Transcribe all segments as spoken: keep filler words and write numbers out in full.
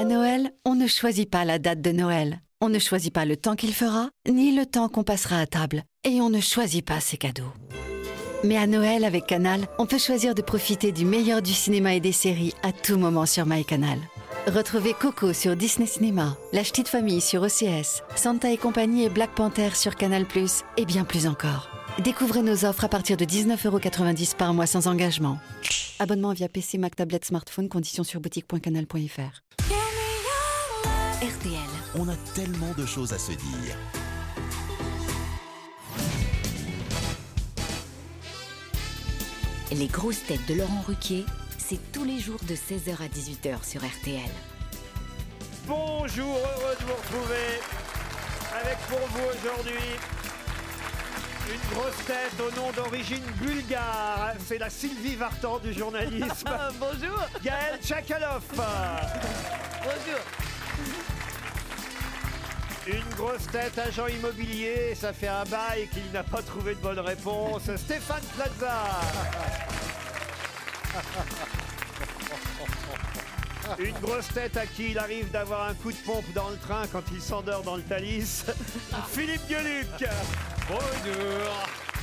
À Noël, on ne choisit pas la date de Noël. On ne choisit pas le temps qu'il fera, ni le temps qu'on passera à table. Et on ne choisit pas ses cadeaux. Mais à Noël, avec Canal, on peut choisir de profiter du meilleur du cinéma et des séries à tout moment sur MyCanal. Retrouvez Coco sur Disney Cinéma, La Ch'tite Famille sur O C S, Santa et compagnie et Black Panther sur Canal plus, et bien plus encore. Découvrez nos offres à partir de dix-neuf euros quatre-vingt-dix par mois sans engagement. Abonnement via P C, Mac, tablette, smartphone, conditions sur boutique point canal point f r. R T L. On a tellement de choses à se dire. Les grosses têtes de Laurent Ruquier, c'est tous les jours de seize heures à dix-huit heures sur R T L. Bonjour, heureux de vous retrouver avec pour vous aujourd'hui une grosse tête au nom d'origine bulgare. C'est la Sylvie Vartan du journalisme. Bonjour. Gaël Tchakaloff. Bonjour. Une grosse tête agent immobilier, ça fait un bail qu'il n'a pas trouvé de bonne réponse. Stéphane Plaza. Une grosse tête à qui il arrive d'avoir un coup de pompe dans le train quand il s'endort dans le Thalys. Philippe Gueluc. Bonjour.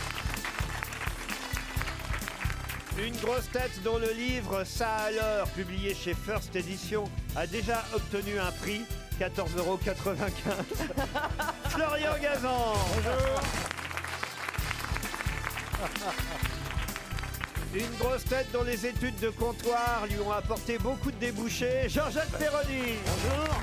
Une grosse tête dont le livre Ça à l'heure, publié chez First Edition, a déjà obtenu un prix, quatorze euros quatre-vingt-quinze. Florian Gazan. Bonjour. Une grosse tête dont les études de comptoir lui ont apporté beaucoup de débouchés, Jean-Jacques Perroni. Bonjour.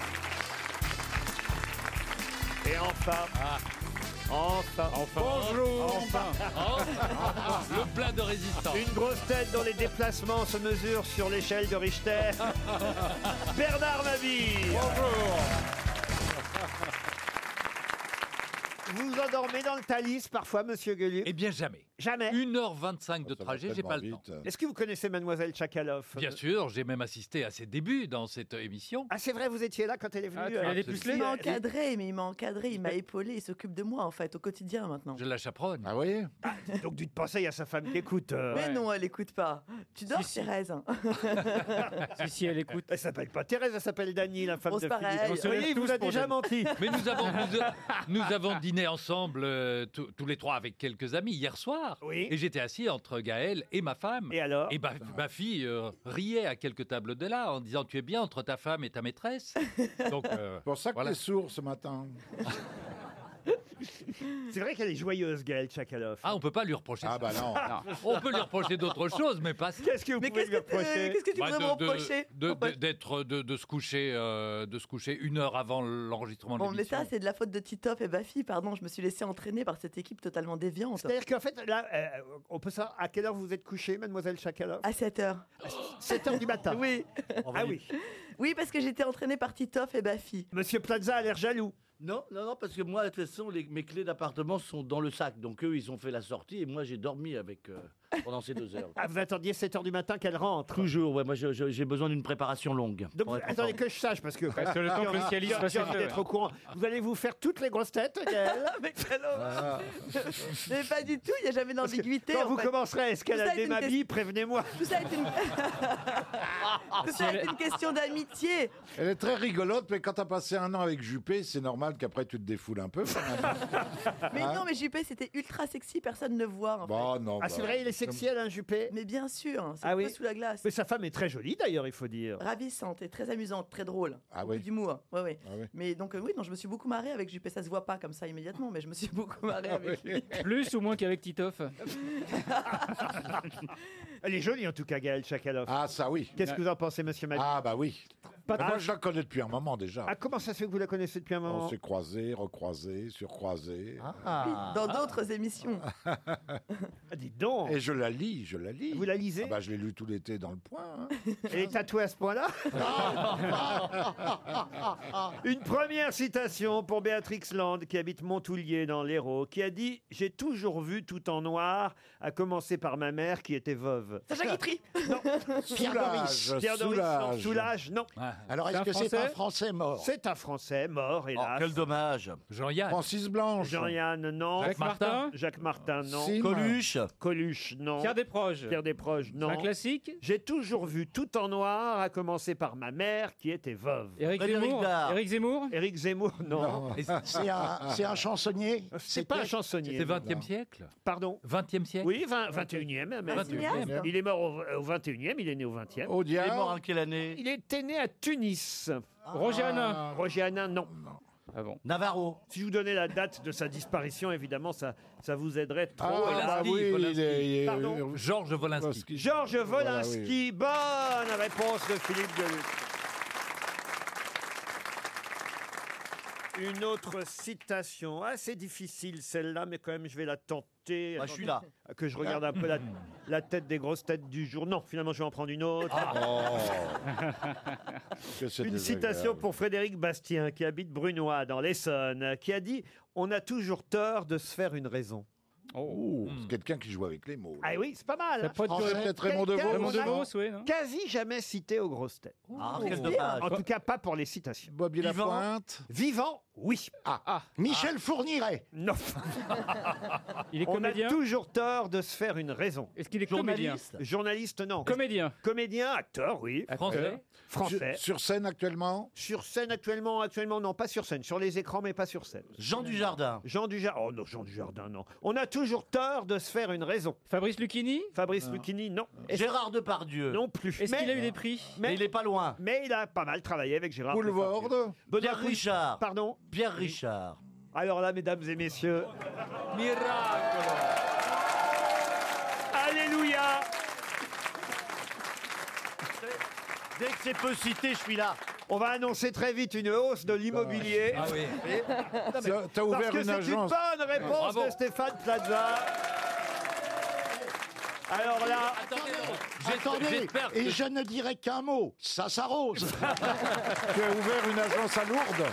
Et enfin, Ah. enfin, Enfin. bonjour. Enfin. Enfin. Le plat de résistance. Une grosse tête dont les déplacements se mesurent sur l'échelle de Richter, Bernard Mabille. Bonjour. Vous vous endormez dans le Thalys parfois, monsieur Gueluc? Eh bien, jamais. Jamais. une heure vingt-cinq de Ça va trajet, j'ai tellement pas le vite. temps. Est-ce que vous connaissez mademoiselle Tchakaloff? Bien sûr, j'ai même assisté à ses débuts dans cette émission. Ah, c'est vrai, vous étiez là quand elle est venue. Ah, tu euh, l'as Il m'a encadré, mais il m'a encadré, il m'a épaulé, il s'occupe de moi en fait au quotidien maintenant. Je la chaperonne. Ah oui. Donc, du penser, il y a sa femme qui écoute. euh. Mais non, elle écoute pas. Tu dors, Si, si. Thérèse? Si, si, elle écoute. Elle s'appelle pas Thérèse, elle s'appelle Dany, la femme Bon, de c'est Philippe. pareil. Vous On se voyez, lève il vous tous a pour déjà Dany. menti. Mais nous avons, nous, a- nous avons dîné ensemble, euh, tous tous les trois, avec quelques amis, hier soir. Oui. Et j'étais assis entre Gaël et ma femme. Et alors? Et ma, ma fille euh, riait à quelques tables de là en disant tu es bien entre ta femme et ta maîtresse. Donc euh, C'est pour ça que voilà. t'es sourd ce matin. C'est vrai qu'elle est joyeuse, Gaël Tchakaloff. Ah, on peut pas lui reprocher Ah ça. bah non. On peut lui reprocher d'autres choses, mais pas ça. Qu'est-ce que vous Mais pouvez qu'est-ce lui que, t'es- reprocher? qu'est-ce que tu Bah, voudrais me reprocher? de- de- d'être de, de se coucher euh, de se coucher une heure avant l'enregistrement de Bon, mais l'émission. ça, c'est de la faute de Titoff et Bafi, pardon, je me suis laissé entraîner par cette équipe totalement déviante. C'est-à-dire qu'en fait, là, euh, on peut savoir à quelle heure vous êtes couché, mademoiselle Tchakaloff? À sept heures. sept heures du matin. Oui. Ah oui. Oui, parce que j'étais entraîné par Titoff et Bafi. Monsieur Plaza a l'air jaloux. Non, non, non, parce que moi, de toute façon, les- mes clés d'appartement sont dans le sac. Donc eux, ils ont fait la sortie et moi, j'ai dormi avec euh, pendant ces deux heures. Ah, vous attendiez sept heures du matin qu'elle rentre. Toujours, ouais, moi, je- je- j'ai besoin d'une préparation longue. Donc, pour être en attendez forme. que je sache, parce que... Parce que le temps que le Cialis J'ai soit j'ai envie fait, d'être ouais. au courant. Vous allez vous faire toutes les grosses têtes, Gaël? Mais quelle horreur. Ah. Mais pas du tout, il n'y a jamais Parce que d'ambiguïté. Quand en vous fait. commencerez, est-ce qu'elle Tout a ça des est une mabis? Prévenez-moi. Tout ça est une, Tout ça est une question d'amitié. Elle est très rigolote, mais quand t'as passé un an avec Juppé, c'est normal qu'après tu te défoules un peu. quand même. Mais Hein non, mais Juppé, c'était ultra sexy, personne ne voit. En fait. Bah non. Ah, bah, c'est vrai, il est sexy, Alain Juppé? Mais bien sûr, c'est Ah un peu oui. sous la glace. Mais sa femme est très jolie, d'ailleurs, il faut dire. Ravissante et très amusante, très drôle. Ah Beaucoup oui. d'humour. Ouais, ouais. Ah oui. Mais donc, euh, oui, non, je me suis beaucoup marré avec Juppé. Ça se voit pas comme ça immédiatement, mais je me suis beaucoup marré Ah avec lui. Plus ou moins qu'avec Titoff. Elle est jolie, en tout cas, Gaël Tchakaloff. Ah ça oui. Qu'est-ce que vous en pensez, monsieur Mabie? Ah bah oui. Pas Mais de- moi je la connais depuis un moment déjà. Ah, comment ça se fait que vous la connaissez depuis un moment? On s'est croisés, recroisés, surcroisés. Oui, dans d'autres émissions. Ah, dites donc. Et je la lis, je la lis. Vous la lisez? Ah bah je l'ai lu tout l'été dans le point. hein. Elle est tatouée à ce point-là? Une première citation pour Béatrix Land, qui habite Montoulier dans l'Hérault, qui a dit « J'ai toujours vu tout en noir, à commencer par ma mère qui était veuve. Sacha Guitry. Soulage, Pierre Doris, non. soulage. Soulage, non. Ah, Alors, C'est est-ce un que c'est un Français Français mort? C'est un Français mort, Oh, hélas. quel dommage. Jean-Yann. Francis Blanche. Jean-Yann, non. Jacques Martin. Jacques Martin, non. Sim. Coluche. Coluche, non. Pierre Desproges. Pierre Desproges, C'est non. un classique. J'ai toujours vu tout en noir, à commencer par ma mère qui était veuve. Éric Frédéric Zemmour. Dard. Éric Zemmour. Éric Zemmour, non. Et C'est un, c'est un chansonnier? C'est pas un chansonnier. C'est vingtième siècle. Pardon. vingtième siècle. Oui, vingt, vingt et unième. même. vingt et unième. Il est mort au, au vingt et unième, il est né au vingtième. Au Il est mort diable. en quelle année? Il était né à Tunis. Roger Hanin. Roger Hanin, non. Ah bon. Navarro. Si je vous donnais la date de sa disparition, évidemment, ça, ça vous aiderait trop. Ah, hélas. bah oui, Volinsky. il est- il est- Pardon Georges Volinsky. Georges Voilà, Volinsky, bonne réponse de Philippe Gueluc. Une autre citation, assez difficile celle-là, mais quand même je vais la tenter. Bah, je suis là. Que je regarde un peu la, la tête des grosses têtes du jour. Non, finalement je vais en prendre une autre. Que c'est Une désagréable. citation pour Frédéric Bastien, qui habite Brunois, dans l'Essonne, qui a dit « On a toujours tort de se faire une raison Ouh, c'est quelqu'un qui joue avec les mots. ». Ah oui, c'est pas mal. Ça hein. peut être Français, peut-être Raymond Quelqu'un- Devos. Raymond on a- Devos, oui, non. Quasi jamais cité aux grosses têtes. Ah, quel c'est dommage. En tout cas, pas pour les citations. Bobby Vivant. Lapointe. Vivant, oui. Michel Fourniret. Non. Il est On a comédien. toujours tort de se faire une raison. Est-ce qu'il est comédien? Journaliste. Journaliste, non. Comédien. Comédien, acteur, oui. Français. Français. Sur, sur scène actuellement. Sur scène actuellement, actuellement, non, pas sur scène. Sur les écrans, mais pas sur scène. Jean Dujardin. Jean Dujardin. Oh non, Jean Dujardin, non. On a toujours tort de se faire une raison. Fabrice Lucchini. Fabrice Lucchini, non. Gérard Depardieu. Non plus. Est-ce qu'il a Mais, eu des prix? Mais mais, il est pas loin. mais il a pas mal travaillé avec Gérard Boulevard. Depardieu. Bon, Pierre d'un coup, Richard. Pardon. Pierre Richard. Alors là, mesdames et messieurs, Miracle. alléluia. Dès que c'est peu cité, je suis là. On va annoncer très vite une hausse de l'immobilier. Ah oui. T'as t'as Parce ouvert que une c'est une agence. bonne réponse Bravo. de Stéphane Plaza. Alors là, Attendez, Attendez, j'espère que- et je ne dirai qu'un mot, ça s'arrose. Tu as ouvert une agence à Lourdes.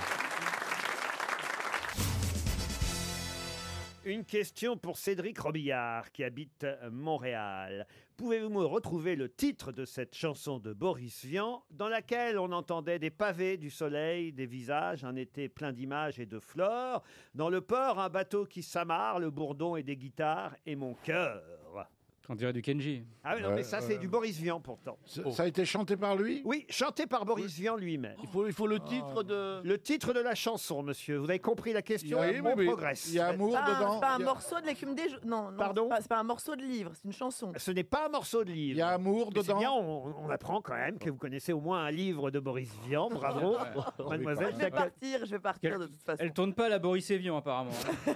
une question pour Cédric Robillard qui habite Montréal. Pouvez-vous me retrouver le titre de cette chanson de Boris Vian dans laquelle on entendait des pavés, du soleil, des visages, un été plein d'images et de fleurs, dans le port un bateau qui s'amarre, le bourdon et des guitares et mon cœur. On dirait du Kenji. Ah oui, non, Ouais, mais ça, ouais. c'est du Boris Vian, pourtant. Ça, ça a été chanté par lui? Oui, chanté par Boris Vian lui-même. Il faut, il faut le titre de... Le titre de la chanson, monsieur. Vous avez compris la question? Oui, On oui, oui. progresse. Il y a amour C'est pas un- dedans. C'est pas un Il y a- morceau de l'écume des jours. Non, non. Pardon c'est pas- C'est pas un morceau de livre, c'est une chanson. Ce n'est pas un morceau de livre. Il y a amour Mais c'est dedans. bien, on, on apprend quand même que vous connaissez au moins un livre de Boris Vian. Bravo, mademoiselle. Je vais partir, je vais partir de toute façon. Elle tourne pas à la Boris Evian apparemment.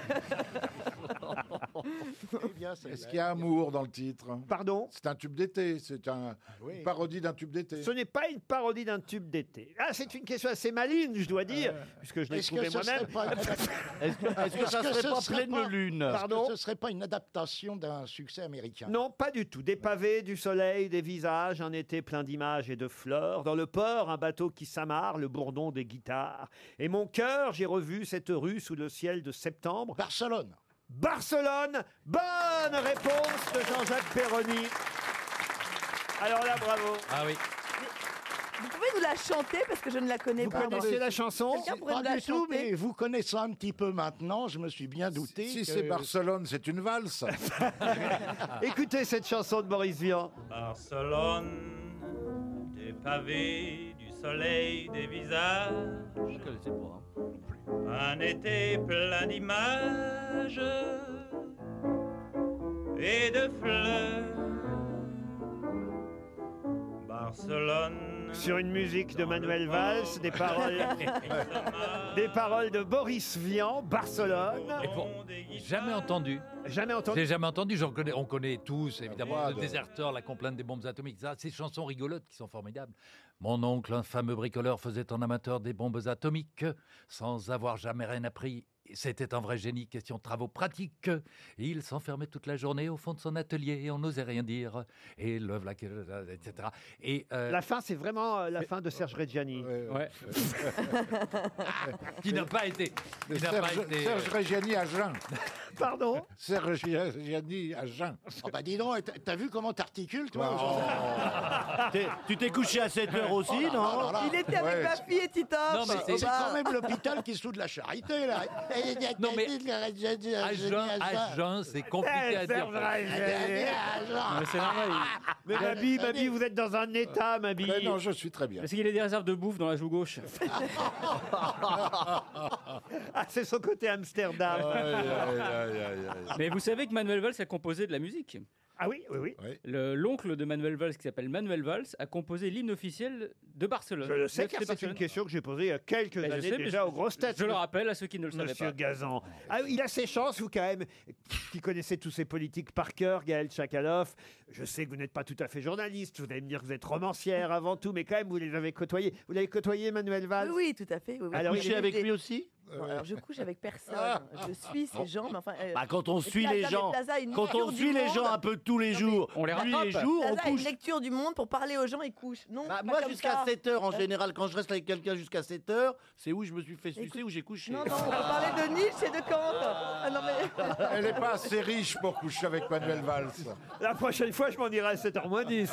Est-ce qu'il y a amour dans le titre? Pardon? C'est un tube d'été. C'est un... Oui. une parodie d'un tube d'été. Ce n'est pas une parodie d'un tube d'été. Ah, c'est une question assez maligne, je dois dire, puisque je l'ai Est-ce trouvé que ce moi-même. serait pas une adap- Est-ce que, est-ce que Est-ce ça que serait ce pas serait pleine pas- lune Est-ce Pardon que ce serait pas une adaptation d'un succès américain? Non, pas du tout. Des pavés, du soleil, des visages, un été plein d'images et de fleurs. Dans le port, un bateau qui s'amarre, le bourdon des guitares. Et mon cœur, j'ai revu cette rue sous le ciel de septembre. Barcelone. Barcelone, bonne réponse de Jean-Jacques Perroni. Alors là, bravo. Ah oui. Vous pouvez nous la chanter parce que je ne la connais Vous pas. connaissez la chanson? Quelqu'un pourrait Pas nous la du tout, chanter mais vous connaissez un petit peu maintenant, je me suis bien douté. Si que- c'est Barcelone, c'est une valse. Écoutez cette chanson de Boris Vian. Barcelone, des pavés, du soleil, des visages, Je connaissais pas. hein. un été plein d'images et de fleurs. Barcelone. Sur une musique de Manuel Valls, des paroles, des paroles de Boris Vian, Barcelone. Et bon, jamais entendu. Jamais Je entendu. l'ai jamais entendu. J'en connais, on connaît tous, évidemment, voix le de- déserteur, la complainte des bombes atomiques, ça, ces chansons rigolotes qui sont formidables. Mon oncle, un fameux bricoleur, faisait en amateur des bombes atomiques, sans avoir jamais rien appris. C'était un vrai génie, question de travaux pratiques. Il s'enfermait toute la journée au fond de son atelier et on n'osait rien dire. Et le voilà, et cetera. Et euh, La fin, c'est vraiment euh, la fin de Serge Reggiani. Ouais. qui n'a pas été. Qui n'a pas Serge, été. Serge Reggiani à jeun. Pardon Serge Reggiani à jeun. Oh bah dis donc, t'as- t'as vu comment t'articules, toi Oh. aujourd'hui T'es- Tu t'es couché à sept heures aussi, non Oh là là. Il était avec Ouais. ma fille et Titoff. Non, mais c'est- Oh C'est bah, quand même l'hôpital qui se fout de la charité, là. Non, mais à jeun, à jeun, c'est compliqué à dire. Serge Reggiani. Non, mais c'est normal. il- Mais Mabi, Mabi, vous êtes dans un état, Mabi. Mais non, je suis très bien. Parce qu'il a des réserves de bouffe dans la joue gauche. Ah, c'est son côté Amsterdam. Aïe, aïe, aïe, aïe, aïe. Mais vous savez que Manuel Valls a composé de la musique. Ah oui, oui, oui. Oui. Le- L'oncle de Manuel Valls, qui s'appelle Manuel Valls, a composé l'hymne officiel de Barcelone. Je le sais Le car c'est une Barcelone. question que j'ai posée il y a quelques Ben, je années sais, mais déjà je- aux grosses têtes. Je le rappelle à ceux qui ne le savaient Monsieur pas. Gazan. Ah, il a ses chances, vous, quand même, qui connaissez tous ces politiques par cœur, Gaël Tchakaloff. Je sais que vous n'êtes pas tout à fait journaliste, vous allez me dire que vous êtes romancière avant tout, mais quand même, vous les avez côtoyés. Vous l'avez côtoyé, Manuel Valls? Oui, oui, tout à fait. Oui, oui. Alors, Couché Il est- avec il est- lui aussi Non, alors je couche avec personne. Je suis ces gens, mais enfin. euh, Bah, quand on les suit Plaza les des gens, Plaza, une quand lecture on du suit les monde. gens un peu tous les jours, On les tous les rattrape. jours, on Plaza a une couche. lecture du monde pour parler aux gens et couche. Non, Bah, pas moi, comme jusqu'à ça. sept heures, en général, quand je reste avec quelqu'un jusqu'à sept heures, c'est où je me suis fait sucer, Écoute- où j'ai couché. Non, non, on va parler de Nietzsche et de Kant. Ah non, mais. Elle n'est pas assez riche pour coucher avec Manuel Valls. La prochaine fois, je m'en irai à sept heures moins dix.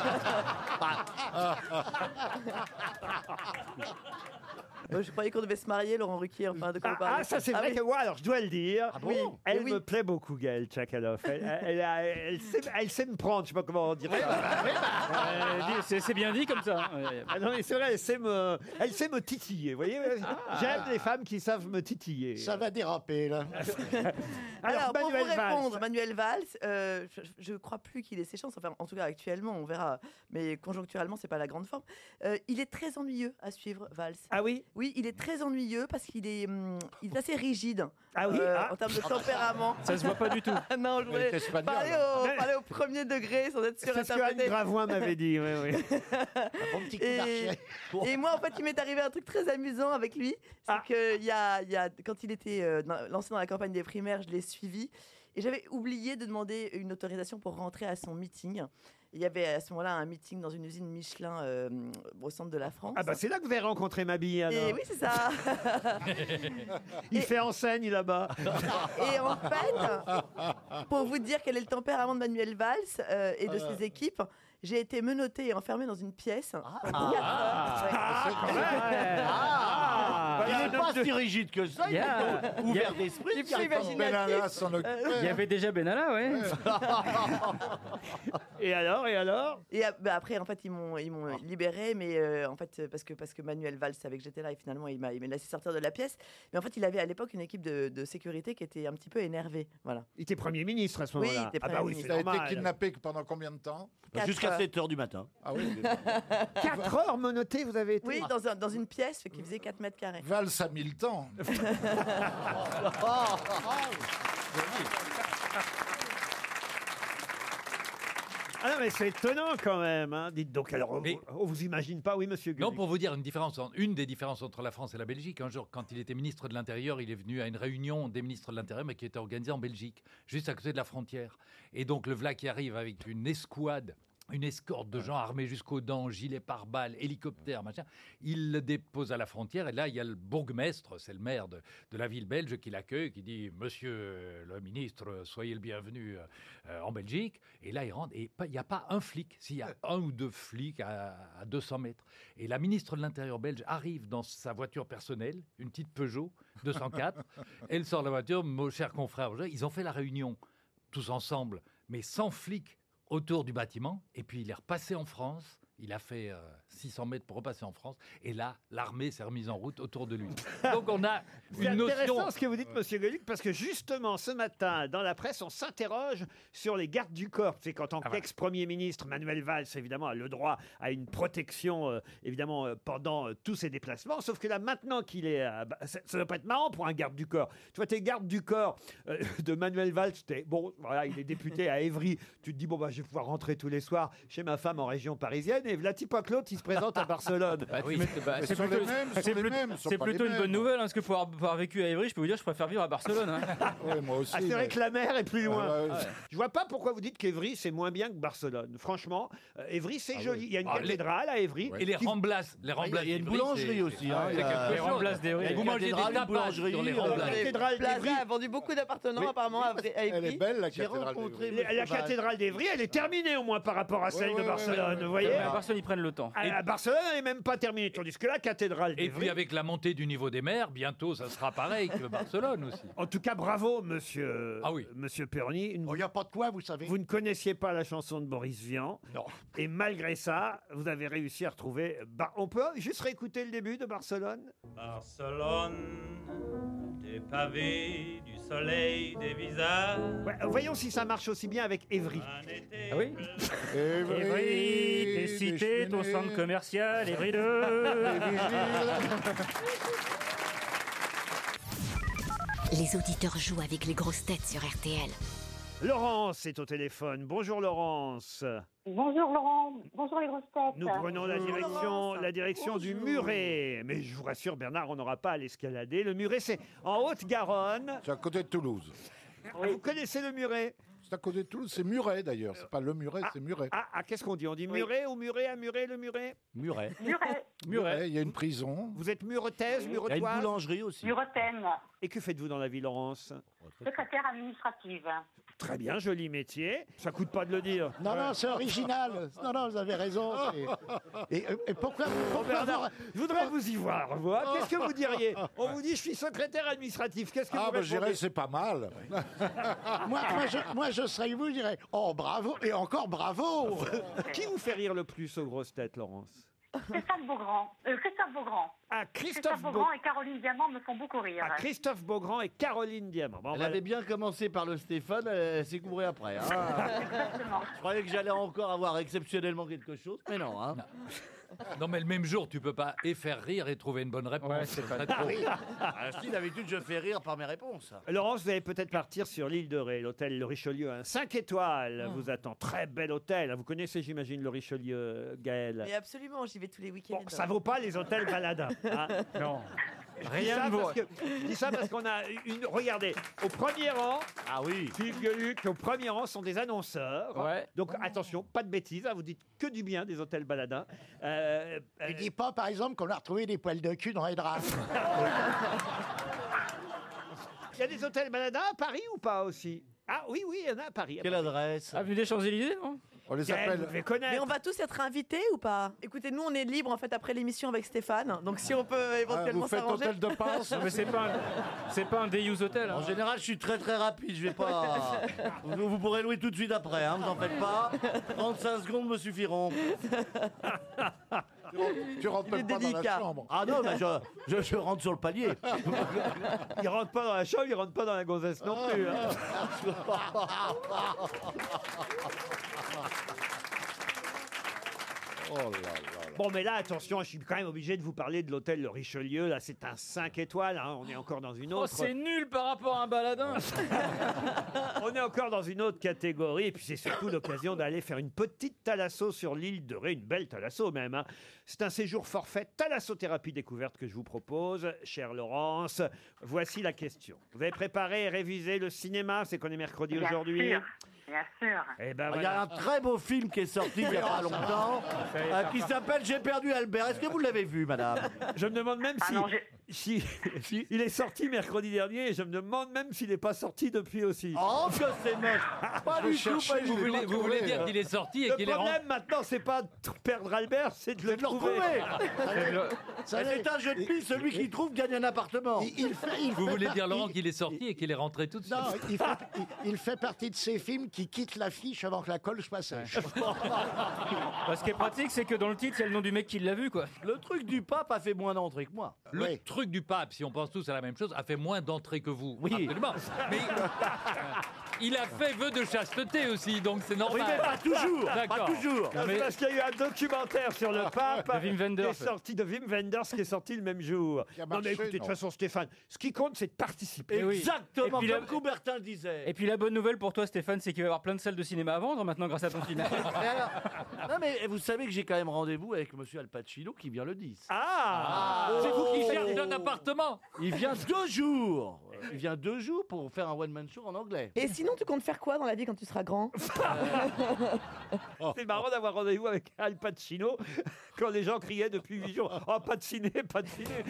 Moi, je croyais qu'on devait se marier, Laurent Ruquier. Enfin, de quoi Ah, vous parlez. ah, ça c'est Ah vrai oui. que moi, alors je dois le dire, bon oui, elle Oui. me plaît beaucoup, Gaël Tchakaloff. Elle, elle, elle, elle sait, elle sait me prendre, je sais pas comment dire ça. Euh, dis- c'est- C'est bien dit comme ça. hein. Ouais. Ah non, mais c'est vrai, elle sait me, elle sait me titiller, vous voyez. J'aime les femmes qui savent me titiller. Ça va déraper, là. Alors, Alors, pour vous Manuel Valls. répondre, Manuel Valls, euh, je ne crois plus qu'il ait ses chances. Enfin, en tout cas, actuellement, on verra. Mais conjoncturellement, c'est pas la grande forme. Euh, il est très ennuyeux à suivre, Valls. Ah oui. Oui, il est très ennuyeux parce qu'il est, hum, il est assez rigide. Ah oui. euh, Ah. En termes de tempérament. Ça se voit pas du tout. non, je Elle voulais est espagnole. parler au, parler au premier degré sans être C'est ce que Anne surinterprété. Gravoin m'avait dit. Oui, oui. Un bon petit coup Et, d'archet. et moi, en fait, il m'est arrivé un truc très amusant avec lui. C'est Ah. que il y a, il y a, quand il était euh, dans- lancé dans la campagne des primaires, je l'ai suivi. Et j'avais oublié de demander une autorisation pour rentrer à son meeting. Il y avait à ce moment-là un meeting dans une usine Michelin euh, au centre de la France. Ah bah c'est là que vous avez rencontré ma bille alors. Et oui, c'est ça. Il fait enseigne là-bas. Et en fait, pour vous dire quel est le tempérament de Manuel Valls euh, et de ses équipes, j'ai été menottée et enfermée dans une pièce. pendant quatre heures. Ouais. Ah, quand même. Ah. Il Voilà, n'est pas donc, si rigide que ça, il Il y a- est ouvert d'esprit. Il il y a faut pas- imaginer- Benalla s'en occupe. Il y avait déjà Benalla, ouais. Et alors, et alors Et euh, bah, après, en fait, ils m'ont ils m'ont libéré, mais euh, en fait, parce que parce que Manuel Valls savait que j'étais là et finalement il m'a il m'a laissé sortir de la pièce. Mais en fait, il avait à l'époque une équipe de, de sécurité qui était un petit peu énervée, voilà. Il était Premier ministre à ce Oui, moment-là. il était Ah bah Premier oui, ministre. c'est Il a été normal. kidnappé pendant combien de temps? Quatre Jusqu'à heures. sept heures du matin. Ah oui. Quatre heures menotté, vous avez été. Oui, dans, un- dans une pièce qui faisait quatre mètres carrés. Valls a mis le temps. Ah non, mais c'est étonnant quand même. Hein. Dites donc, alors, on- Mais- on vous imagine pas, oui, monsieur Non, Gueluc. pour vous dire une différence, en- une des différences entre la France et la Belgique. Un jour, quand il était ministre de l'Intérieur, il est venu à une réunion des ministres de l'Intérieur, mais qui était organisée en Belgique, juste à côté de la frontière. Et donc le V L A qui arrive avec une escouade, une escorte de gens armés jusqu'aux dents, gilets pare-balles, hélicoptères, machin. Il le dépose à la frontière et là, il y a le bourgmestre, c'est le maire de, de la ville belge qui l'accueille, qui dit « Monsieur euh, le ministre, soyez le bienvenu euh, euh, en Belgique ». Et là, il rentre et pas- il n'y a pas un flic, s'il y a un ou deux flics à, à deux cents mètres. Et la ministre de l'Intérieur belge arrive dans sa voiture personnelle, une petite Peugeot deux cent quatre. Elle sort de la voiture, mon cher confrère, ils ont fait la réunion tous ensemble, mais sans flics autour du bâtiment, et puis il est repassé en France. Il a fait euh, six cents mètres pour repasser en France, et là, l'armée s'est remise en route autour de lui. Donc on a C'est une intéressant notion. ce que vous dites, monsieur Gueluc, parce que justement, ce matin, dans la presse, on s'interroge sur les gardes du corps. C'est qu'en tant Ah, voilà. qu'ex-premier ministre, Manuel Valls, évidemment, a le droit à une protection, euh, évidemment, euh, pendant euh, tous ses déplacements. Sauf que là, maintenant qu'il est... euh, bah, ça ne doit pas être marrant pour un garde du corps. Tu vois, t'es garde du corps euh, de Manuel Valls, t'es- bon, voilà, il est député à Évry. Tu te dis, bon, bah, je vais pouvoir rentrer tous les soirs chez ma femme en région parisienne. et Vlati Paclot, il se présente à Barcelone. Bah, tu mets- bah, Mais c'est ce sont plutôt, les mêmes, ce sont c'est les plus- mêmes, ce sont c'est pas plutôt les une mêmes. bonne nouvelle, hein, parce que pour avoir vécu à Évry, je peux vous dire, je préfère vivre à Barcelone. hein. Ouais, moi aussi. Ah, c'est vrai mais- que la mer est plus loin. Ah, ouais. Ah ouais. Je vois pas pourquoi vous dites qu'Evry c'est moins bien que Barcelone. Franchement, euh, Évry c'est Ah joli. oui. Il y a une Ah, les- cathédrale à Évry. Et les Ramblas, les Ramblas. Il y a une d'Ivry, boulangerie c'est- aussi. hein, c'est il y a- quelque Les chose. Ramblas d'Evry. Il y a Vous une mangez des cathédrale, une tapas boulangerie, sur les euh, La Ramblas. cathédrale Plaza d'Évry. a vendu beaucoup d'appartements Mais- apparemment à, à Elle est Évry. belle, la J'ai cathédrale. rencontré d'Évry. La, la cathédrale d'Évry, elle est terminée au moins par rapport à celle ouais, de ouais, Barcelone. ouais, ouais. Vous voyez Mais à Barcelone, ils prennent le temps. à, à Barcelone, elle n'est même pas terminée. Tandis que la cathédrale Et d'Évry. puis avec la montée du niveau des mers, bientôt ça sera pareil que Barcelone aussi. En tout cas, bravo, monsieur, Ah oui. monsieur Perroni. Une- Il n'y a pas de quoi, vous savez. Vous ne connaissiez pas la chanson de Boris Vian. Non. Et malgré ça, vous avez réussi à retrouver. Bar- On peut juste réécouter le début de Barcelone? Barcelone, des pavés, du soleil, des visages. Ouais, voyons si ça marche aussi bien avec Évry. Un été Ah oui Évry, Évry, tes des cités, ton cheminées, centre commercial, Évry deux. des vigiles. Les auditeurs jouent avec les grosses têtes sur R T L. Laurence est au téléphone. Bonjour Laurence. Bonjour Laurent, bonjour les grosses têtes. Nous prenons la direction, la direction du Muret. Mais je vous rassure Bernard, on n'aura pas à l'escalader. Le Muret, c'est en Haute-Garonne. C'est à côté de Toulouse. Vous connaissez le Muret? C'est à côté de Toulouse, c'est Muret d'ailleurs. C'est pas le Muret, c'est Muret. Ah, ah, qu'est-ce qu'on dit? On dit Muret ou Muret à Muret, le Muret? Muret. Muret, Muret, il y a une prison. Vous êtes muretaise, Il y a une muretoise? boulangerie aussi. Muretaine, Et que faites-vous dans la vie, Laurence? secrétaire administrative. Très bien, joli métier. Ça coûte pas de le dire. Non, non, c'est original. Non, non, vous avez raison. c'est- Et, et pourquoi, pourquoi Bernard, vous- je voudrais vous y voir. vous, hein. Qu'est-ce que vous diriez? On vous dit, je suis secrétaire administratif. Qu'est-ce que Ah, vous bah, je dirais, répondez? c'est pas mal. moi, moi, je, moi, je serais vous, je dirais oh bravo et encore bravo. Qui vous fait rire le plus aux grosses têtes, Laurence? Christophe Beaugrand, euh, Christophe Beaugrand. Ah, Christophe Christophe, Beau- Beaugrand et Caroline Diamant me font beaucoup rire. ah, Christophe Beaugrand et Caroline Diamant. Bon, on Elle va- avait bien commencé par le Stéphane, elle, elle s'est couvrée après. hein. Exactement. Je croyais que j'allais encore avoir exceptionnellement quelque chose, mais non. Hein. Non mais le même jour, tu peux pas et faire rire et trouver une bonne réponse. Ouais, c'est Ce pas- serait trop. Ah, si, d'habitude, je fais rire par mes réponses. Laurence, vous allez peut-être partir sur l'île de Ré, l'hôtel Le Richelieu, un cinq étoiles vous attend. Très bel hôtel. Vous connaissez, j'imagine, Le Richelieu, Gaël? Mais absolument, j'y vais tous les week-ends. Bon, ça vaut pas les hôtels Baladins. hein. Non. Je dis Rien ça ne vaut. parce que- Je dis ça parce qu'on a une. Regardez, au premier rang, Ah oui. Philippe Gueluc, au premier rang sont des annonceurs. Ouais. Donc attention, pas de bêtises, hein, vous dites que du bien des hôtels Baladins. Euh, euh, Tu dis pas, par exemple, qu'on a retrouvé des poils de cul dans les draps. Il y a des hôtels Baladins à Paris ou pas aussi? Ah oui, oui, il y en a à Paris. Quelle adresse? Avenue des Champs-Élysées, non On les Gaël, vous appelle. devez connaître. Mais on va tous être invités ou pas? Écoutez, nous on est libre en fait après l'émission avec Stéphane, donc si on peut Ah, éventuellement vous faites s'arranger. hôtel de passe. Mais c'est pas, un- c'est pas un Day-Use Hotel. hein. En général, je suis très très rapide, je vais pas... Vous, vous pourrez louer tout de suite après, hein, vous en faites pas. trente-cinq secondes me suffiront. Tu rentres- Tu rentres Il est même pas dans la délicat. chambre. Ah non, mais je, je, je rentre sur le palier. Il rentre pas dans la chambre, il rentre pas dans la gonzesse non plus. hein. Oh là là là. Bon, mais là, attention, je suis quand même obligé de vous parler de l'hôtel Le Richelieu. Là, c'est un cinq étoiles. hein. On est encore dans une Oh, autre. c'est nul par rapport à un baladin. On est encore dans une autre catégorie. Et puis, c'est surtout l'occasion d'aller faire une petite thalasso sur l'île de Ré, une belle thalasso même. hein. C'est un séjour forfait thalassothérapie découverte que je vous propose, chère Laurence. Voici la question. Vous avez préparé et révisé le cinéma, c'est qu'on est mercredi Bien aujourd'hui. sûr, bien sûr. Eh ben Il y a voilà. un très beau film qui est sorti il n'y a pas longtemps, euh, qui s'appelle J'ai perdu Albert. Est-ce que vous l'avez vu, madame? Je me demande même Ah si, non, j'ai- si, si- il est sorti mercredi dernier et je me demande même s'il n'est pas sorti depuis aussi. Oh, que c'est moche. Pas Je du tout, cherchais, pas je du Vous tout. voulez, vous voulez dire hein. qu'il est sorti et Le qu'il est rentré. problème maintenant, c'est pas de perdre Albert, c'est de le de le trouver. retrouver. Ça Et c'est un jeu de piste, celui qui trouve gagne un appartement. Il, il fait, il Vous fait voulez dire, partie- Laurent, qu'il est sorti et qu'il est rentré tout de suite? Non, il fait, il, il fait partie de ces films qui quittent l'affiche avant que la colle soit sèche. Bah, ce qui est pratique, c'est que dans le titre, il y a le nom du mec qui l'a vu, quoi. Le truc du pape a fait moins d'entrées que moi. Le Oui. truc truc du pape, si on pense tous à la même chose, a fait moins d'entrées que vous. Oui. Absolument. Mais il a fait vœu de chasteté aussi, donc c'est normal. Oui, mais pas toujours. D'accord. Pas toujours. Non, mais- C'est parce qu'il y a eu un documentaire sur le pape De Wim Wenders. qui est sorti de Wim Wenders qui est sorti le même jour. Qui a Non mais marché, écoutez, de non. toute façon, Stéphane, ce qui compte, c'est de participer. Eh oui. Exactement, Et puis comme la- Coubertin le disait. Et puis la bonne nouvelle pour toi, Stéphane, c'est qu'il va y avoir plein de salles de cinéma à vendre maintenant grâce à ton film. Mais alors- non mais vous savez que j'ai quand même rendez-vous avec Monsieur Al Pacino qui vient le dix. Ah, C'est vous qui Oh. cherchez un appartement. Il vient deux jours. Il vient deux jours pour faire un one-man show en anglais. Et sinon, tu comptes faire quoi dans la vie quand tu seras grand? C'est marrant d'avoir rendez-vous avec Al Pacino quand les gens criaient depuis huit jours. Oh, pas de ciné, pas de ciné.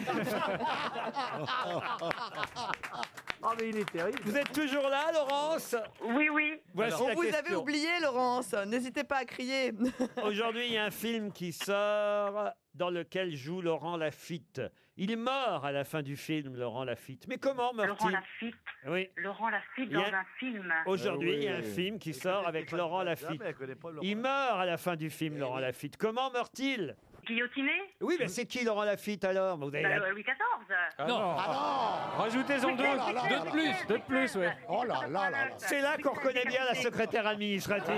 Ah mais il est terrible. Vous êtes toujours là, Laurence? Oui, oui. Voici On la vous question. avez oublié, Laurence. N'hésitez pas à crier. Aujourd'hui, il y a un film qui sort dans lequel joue Laurent Lafitte. Il est mort à la fin du film, Laurent Lafitte. Mais comment Laurent meurt-il? Lafitte. Oui. Laurent Lafitte Il y a- dans un film. Aujourd'hui, il y a un oui. film qui sort avec Laurent Lafitte. Il meurt à la fin du film, Laurent Lafitte. Comment meurt-il? Guillotiné. Oui, mais c'est qui Laurent Lafitte alors? Vous avez Bah, la- Louis quatorze. Non. Rajoutez-en deux. Oh là là Deux là de plus. Deux de plus, ouais. Oh là là là là. C'est là qu'on reconnaît bien la secrétaire administrative.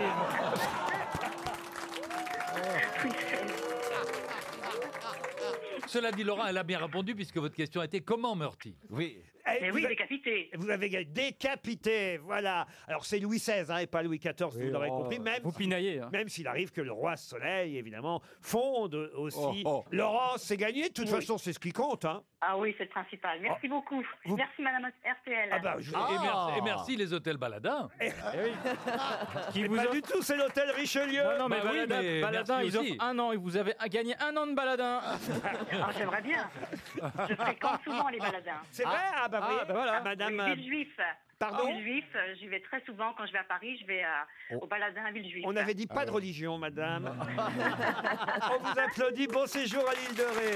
Cela dit, Laurent, elle a bien répondu puisque votre question était comment meurt-il? Oui. Eh, Mais vous oui, a- décapité. Vous avez gagné décapité, voilà. Alors c'est Louis seize hein, et pas Louis quatorze, vous l'aurez compris. Même, Vous pinaillez. hein. même s'il arrive que le roi Soleil, évidemment, fonde aussi. Oh, oh. Laurent, c'est gagné. De toute Oui. façon, c'est ce qui compte. Hein. Ah oui, c'est le principal. Merci beaucoup. Vous- Merci, Madame R T L. Ah bah, je... Et, merci, et merci les hôtels Baladins. Qui Et vous pas offre- du tout, c'est l'hôtel Richelieu. Non, non, mais Bah oui, Baladin, mais Baladin, merci ils offrent aussi. un an. Et vous avez gagné un an de Baladin. Ah, j'aimerais bien. Je fréquente souvent les baladins. C'est vrai. Ah bah, Ah, voyez, bah voilà. Madame. Oui, Villejuif. Pardon Villejuif, euh, j'y vais très souvent. Quand je vais à Paris, je vais euh, au baladin à Villejuif. On avait dit pas de religion, madame. On vous applaudit. Bon séjour à l'île de Ré.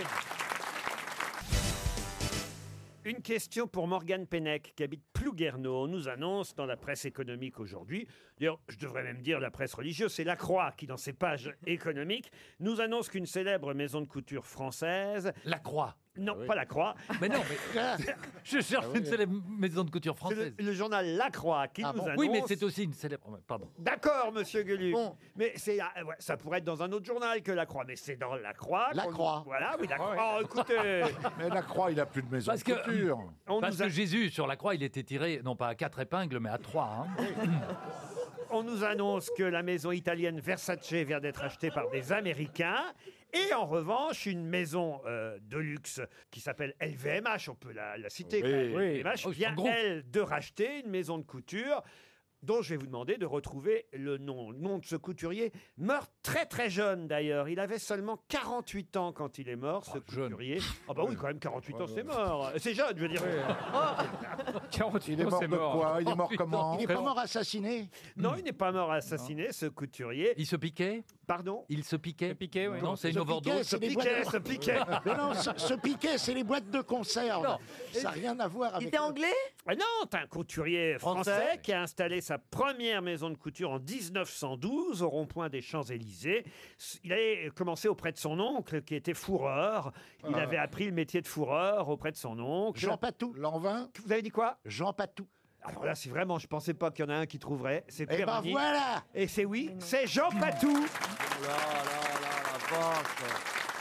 Une question pour Morgane Pennec, qui habite Plouguerneau. On nous annonce dans la presse économique aujourd'hui, d'ailleurs, je devrais même dire la presse religieuse, c'est La Croix qui, dans ses pages économiques, nous annonce qu'une célèbre maison de couture française... La Croix. Non, pas La Croix. Mais non, mais je cherche une célèbre maison de couture C'est française. le, le journal La Croix qui Ah nous bon annonce... Oui, mais c'est aussi une célèbre. Pardon. D'accord, monsieur Gueluc. Bon. Mais c'est, ah, ouais, ça pourrait être dans un autre journal que La Croix, mais c'est dans La Croix. La qu'on- Croix. Voilà, oui, La Croix. Oh, écoutez, Mais la croix, il a plus de maison Parce de que- couture. on Parce nous, a- que Jésus, sur la croix, il était tiré, non pas à quatre épingles, mais à trois. hein. on nous annonce que la maison italienne Versace vient d'être achetée par des Américains. Et en revanche, une maison euh, de luxe qui s'appelle L V M H, on peut la, la citer, quand Oui. même, Oui. L V M H, Oh, ils vient, sont gros. elle, de racheter une maison de couture dont je vais vous demander de retrouver le nom. Le nom de ce couturier, mort très très jeune d'ailleurs. Il avait seulement quarante-huit ans quand il est mort, ce Oh, jeune. couturier. Ah bah oui, quand même, quarante-huit ans, c'est mort. C'est jeune, je veux dire. quarante-huit Il est ans, mort c'est de mort. quoi Il est mort putain. comment Il n'est pas mort assassiné. Non, il n'est pas mort assassiné, ce couturier. Il se piquait Pardon. Il se piquait Piqué, oui. Non, c'est une Se overdose. piquait, Ce c'est des piquet, boîtes ce piquet. Mais non, ce, ce piquet, c'est les boîtes de conserve. Non. Ça n'a rien à voir Il avec. était anglais? Ah non, t'as un couturier français, Français. qui a installé sa première maison de couture en dix-neuf cent douze au rond-point des Champs-Élysées. Il avait commencé auprès de son oncle qui était fourreur. Il Ah. avait appris le métier de fourreur auprès de son oncle. Jean Patou. L'an vingt Vous avez dit quoi? Jean Patou. Alors là, c'est vraiment, je pensais pas qu'il y en a un qui trouverait. C'est Eh ben Péroni. voilà. Et c'est oui, c'est Jean Patou. Là, là, là, la vache.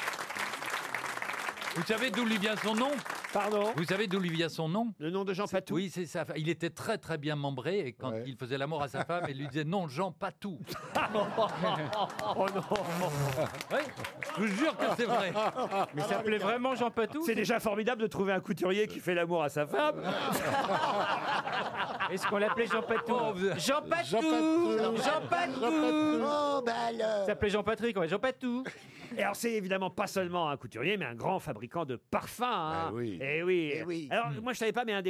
Vous savez d'où lui vient son nom Pardon? Vous savez d'où lui vient son nom Le nom de Jean Patou? Oui, c'est ça. Il était très très bien membré et quand Ouais. il faisait l'amour à sa femme, il lui disait non, Jean, pas tout. Oh non. Oui, je vous jure que c'est vrai. Mais ça s'appelait vraiment Jean Patou? C'est déjà formidable de trouver un couturier qui fait l'amour à sa femme. Est-ce qu'on l'appelait Jean Patou? Oh, vous- Jean Patou. Patou. Jean Patou. Oh, bah alors. Ça s'appelait Jean-Patrick, ouais, Jean Patou. Et alors, c'est évidemment pas seulement un couturier, mais un grand fabricant de parfums. Hein. Ah oui. Eh oui. Eh oui. Alors, moi, je savais pas, mais un des plus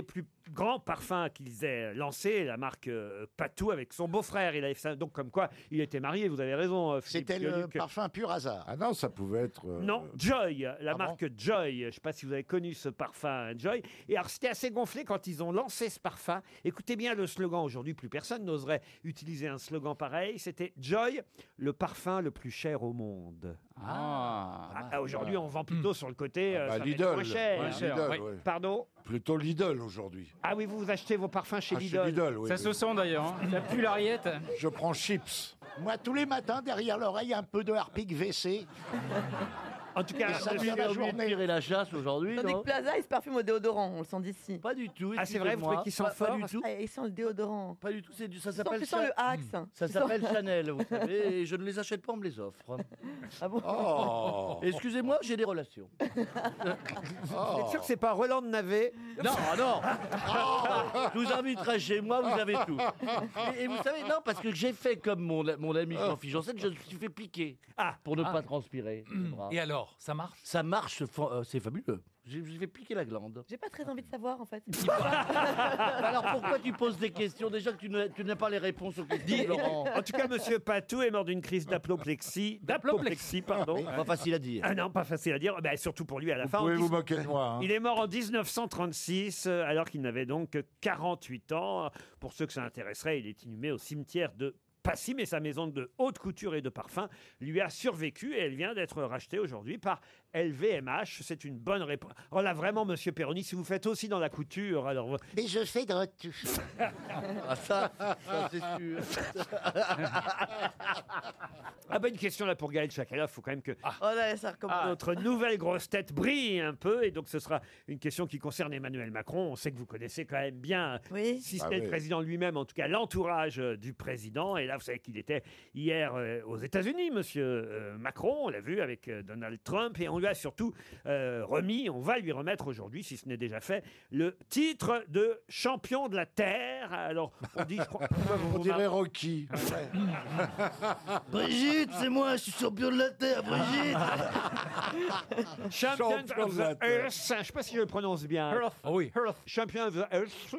grand parfum qu'ils aient lancé, la marque euh, Patou, avec son beau-frère. Il avait fait ça, donc comme quoi il était marié, vous avez raison. euh, Philippe C'était le Gueluc. parfum pur hasard. Ah non, ça pouvait être. euh, Non, Joy, la Ah marque Joy. Je ne sais pas si vous avez connu ce parfum Joy. Et alors, c'était assez gonflé quand ils ont lancé ce parfum. Écoutez bien le slogan. Aujourd'hui, plus personne n'oserait utiliser un slogan pareil. C'était Joy, le parfum le plus cher au monde. Ah, Ah, ah, aujourd'hui, on vend plutôt sur le côté. euh, bah, ça va être Lidl. moins cher. Ouais, Lidl, Oui. ouais. Pardon. Plutôt Lidl aujourd'hui. Ah oui, vous, vous achetez vos parfums chez Ah, Lidl. chez Lidl, oui. Ça oui. se sent d'ailleurs. Hein. Ça pue l'ariette. Je prends Chips. Moi, tous les matins, derrière l'oreille, un peu de Harpic V C. En tout cas, Et ça Tu vient la as oublié de journée. tirer la chasse aujourd'hui, Tandis non que Plaza, il se parfume au déodorant, on le sent d'ici. Pas du tout. Ah, c'est vrai, vous excusez-moi. trouvez qu'il sent Pas- fort Pas du tout. Ah, il sent le déodorant. Pas du tout. C'est du. Ça Tu sens, s'appelle. tu sens Cha- le Axe. Ça Tu sens- s'appelle Chanel, vous savez, et je ne les achète pas, on me les offre. Ah bon Oh. Excusez-moi, j'ai des relations. Vous êtes sûr que c'est pas Roland de Navet? Non, non. Je vous inviterai chez moi, vous avez tout. Et, et vous savez, non, parce que j'ai fait comme mon, mon ami Jean-Philippe Janssen, je me suis fait piquer Ah. pour ne Ah. pas transpirer. le bras. Et alors, ça marche? Ça marche, fa- euh, c'est fabuleux. J'ai j'ai fait piquer la glande. J'ai pas très envie de savoir en fait. Alors pourquoi tu poses des questions déjà que tu ne- tu n'as pas les réponses aux questions, Laurent? En tout cas, Monsieur Patou est mort d'une crise d'apoplexie. D'apoplexie, pardon. Pas facile à dire. Ah non, pas facile à dire. Ben, surtout pour lui à la Vous fin. en pouvez dix- vous moquer de moi. hein. Il est mort en dix-neuf cent trente-six, euh, alors qu'il n'avait donc que quarante-huit ans. Pour ceux que ça intéresserait, il est inhumé au cimetière de Passy, mais sa maison de haute couture et de parfum lui a survécu et elle vient d'être rachetée aujourd'hui par L V M H. C'est une bonne réponse. Oh là, vraiment, Monsieur Perroni, si vous faites aussi dans la couture, alors... Mais je fais de retouche. Ah, ça, ça c'est sûr. Ah ben, une question là pour Gaël Chakalov, il faut quand même que Oh là, ça recommence. notre nouvelle grosse tête brille un peu. Et donc, ce sera une question qui concerne Emmanuel Macron. On sait que vous connaissez quand même bien, Oui. si ce Ah n'est oui. le président lui-même, en tout cas l'entourage euh, du président. Et là, vous savez qu'il était hier euh, aux États-Unis, Monsieur euh, Macron. On l'a vu avec euh, Donald Trump. Et on lui a surtout euh, remis, on va lui remettre aujourd'hui, si ce n'est déjà fait, le titre de champion de la Terre. Alors, on dit, je crois, pourquoi vous On vous dirait marrez Rocky. Brigitte, c'est moi, je suis champion de la Terre, Brigitte. Champion Champion of de la the Terre. Earth. Je ne sais pas si je le prononce bien. Ah oui. Champion of the Earth.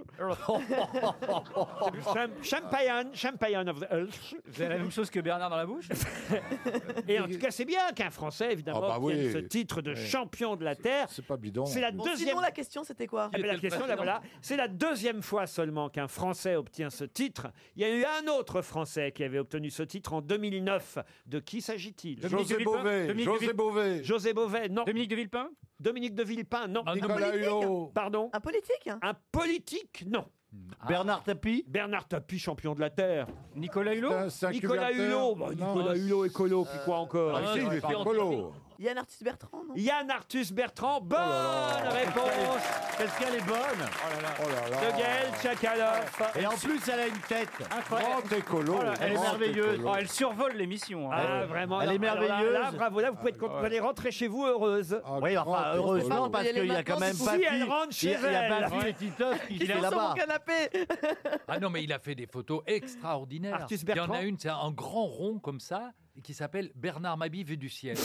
Cham- Champagne, Champagne of the Earth. Vous avez la même chose que Bernard dans la bouche? Et en tout cas, c'est bien qu'un Français, évidemment, Ah bah oui. obtienne ce titre de champion de la Terre. C'est pas bidon. C'est la Bon, deuxième. sinon, la question, c'était quoi Ah ben, la question, là, voilà. C'est la deuxième fois seulement qu'un Français obtient ce titre. Il y a eu un autre Français qui avait obtenu ce titre en deux mille neuf. De qui s'agit-il? Dominique de José Villepin. Bové. Dominique de José Villepin. Beauvais. José Bové, non. Dominique de Villepin? Dominique de Villepin, non. Un Nicolas politique. Hulot. Pardon. Un politique Un politique, non. Bernard Tapie. Bernard Tapie, champion de la Terre. Nicolas Hulot? C'est un- c'est un Nicolas cumulateur. Hulot. Bah, Non. Nicolas Hulot, écolo, puis quoi encore? Ah, si, il est pardon. écolo. Yann Arthus Bertrand, non Yann Arthus Bertrand, bonne là. réponse Est-ce qu'elle est bonne? Oh là là. de Gaël Chakalov. Et en plus, elle a une tête. Grand écolo. elle est grand merveilleuse. écolo. Oh, elle survole l'émission. hein. Ah, vraiment. Elle est alors là- merveilleuse. Là, bravo, là, vous pouvez être content. Vous allez rentrer chez vous heureuse. Ah, Oui, grand enfin, heureusement, écolo. parce Vous y allez qu'il y a quand même maintenant, pas si elle rentre chez il y a- il y a elle. pas vu et Titoff qui Qui fait sont sur là-bas. mon canapé. Ah non, mais il a fait des photos extraordinaires. Artus Il y en Bertrand. a une, c'est un grand rond comme ça, et qui s'appelle Bernard Mabie vu du ciel.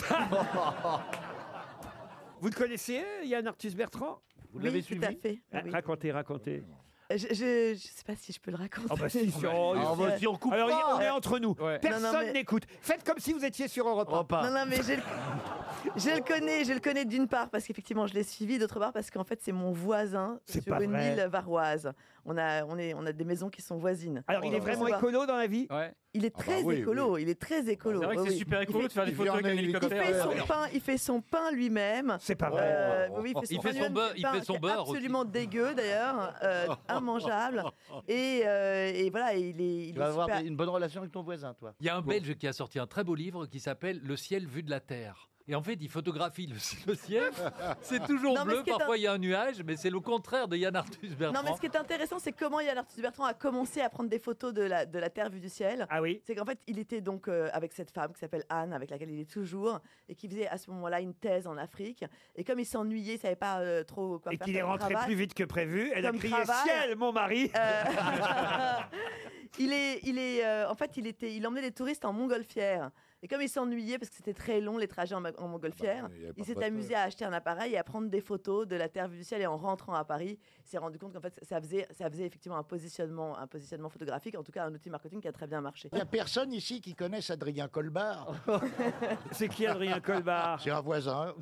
Vous le connaissez, euh, Yann Arthus Bertrand? Vous l'avez Oui, tout à suivi? fait. Ah, Oui. Racontez, racontez. Je, je, je sais pas si je peux le raconter. Ah bah si, si, oh, Ah, bah, si on coupe Alors, pas. on est entre nous. Ouais. Personne Non, non, mais- n'écoute. Faites comme si vous étiez sur Europe un. Oh, pas. Non, non, mais je, le- je le connais, je le connais d'une part parce qu'effectivement je l'ai suivi, d'autre part parce qu'en fait c'est mon voisin C'est sur pas une vrai. île varoise. On a, on, est, on a des maisons qui sont voisines. Alors, il Oh est là vraiment là. écolo dans la vie? Ouais. Il est Ah bah très oui, écolo, il est très écolo. C'est vrai que oui, c'est oui. super Il écolo fait- de faire des il photos vient avec en un Il hélicoptère. fait, euh, son pain, il fait son pain lui-même. C'est pas vrai. Euh, oui, il fait son, Il fait pain son lui-même, beurre- il pain fait son qui est beurre aussi. absolument dégueu d'ailleurs, euh, immangeable. Et, euh, et voilà, il est, il Tu est vas avoir super- des- une bonne relation avec ton voisin, toi. Il y a un Belge qui a sorti un très beau livre qui s'appelle Le ciel vu de la terre. Et en fait, il photographie le, le ciel. C'est toujours Non, mais ce bleu, qui est parfois un- il y a un nuage, mais c'est le contraire de Yann Arthus Bertrand. Non, mais ce qui est intéressant, c'est comment Yann Arthus Bertrand a commencé à prendre des photos de la, de la Terre vue du ciel. Ah oui. C'est qu'en fait, il était donc euh, avec cette femme qui s'appelle Anne, avec laquelle il est toujours, et qui faisait à ce moment-là une thèse en Afrique. Et comme il s'ennuyait, il savait pas euh, trop quoi Et faire. qu'il est comme rentré travail, plus vite que prévu. Elle a Comme crié travail. ciel, mon mari. euh, Il est, il est, euh, en fait, il était, il emmenait des touristes en montgolfière. Et comme il s'ennuyait parce que c'était très long les trajets en, ma- en montgolfière, Bah, il y avait pas il de s'est bateau. amusé à acheter un appareil et à prendre des photos de la Terre vue du ciel. Et en rentrant à Paris, il s'est rendu compte qu'en fait, ça faisait, ça faisait effectivement un positionnement, un positionnement photographique. En tout cas, un outil marketing qui a très bien marché. Il n'y a personne ici qui connaisse Adrien Colbart. C'est qui Adrien Colbart? C'est un voisin.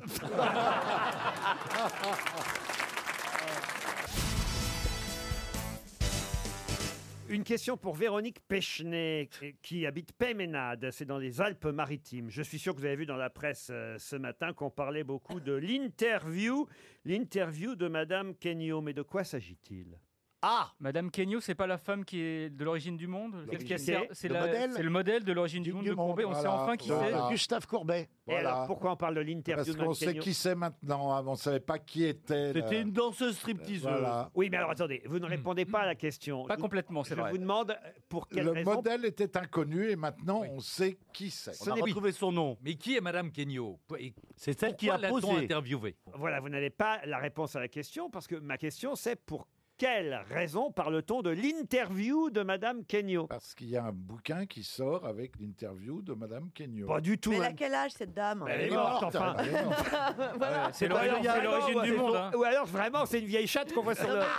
Une question pour Véronique Péchenet, qui habite Péménade, c'est dans les Alpes-Maritimes. Je suis sûr que vous avez vu dans la presse euh, ce matin qu'on parlait beaucoup de l'interview, l'interview de Madame Kenyo. Mais de quoi s'agit-il? Ah, Madame Kenyo, c'est pas la femme qui est de l'origine du monde. Celle qui a C'est- ser- C'est le la- modèle c'est le modèle de l'origine du monde de Courbet. On sait enfin qui c'est. Gustave Courbet. Et alors, pourquoi on parle de l'interview Parce de Madame qu'on sait Kenyo qui c'est maintenant. Avant, on ne savait pas qui était. C'était la- une danseuse stripteaseuse. Voilà. Oui, mais alors attendez, vous ne répondez pas à la question. Pas complètement, c'est Je vrai. vous demande pour quelle Le raison. modèle était inconnu et maintenant on sait qui c'est. On a retrouvé son nom. Mais qui est Madame Kenyo? Et C'est celle qui pourquoi a l'a-t-on posé. interviewée? Voilà, vous n'avez pas la réponse à la question parce que ma question c'est pour quelle raison parle-t-on de l'interview de Madame Kenyo? Parce qu'il y a un bouquin qui sort avec l'interview de Madame Kenyo. Pas du tout. Mais elle hein. a quel âge cette dame? Elle est morte, enfin. Elle est morte. Voilà. C'est Ou alors, l'origine c'est vraiment, l'origine du c'est monde. son- hein. Ou alors vraiment c'est une vieille chatte qu'on voit sur le.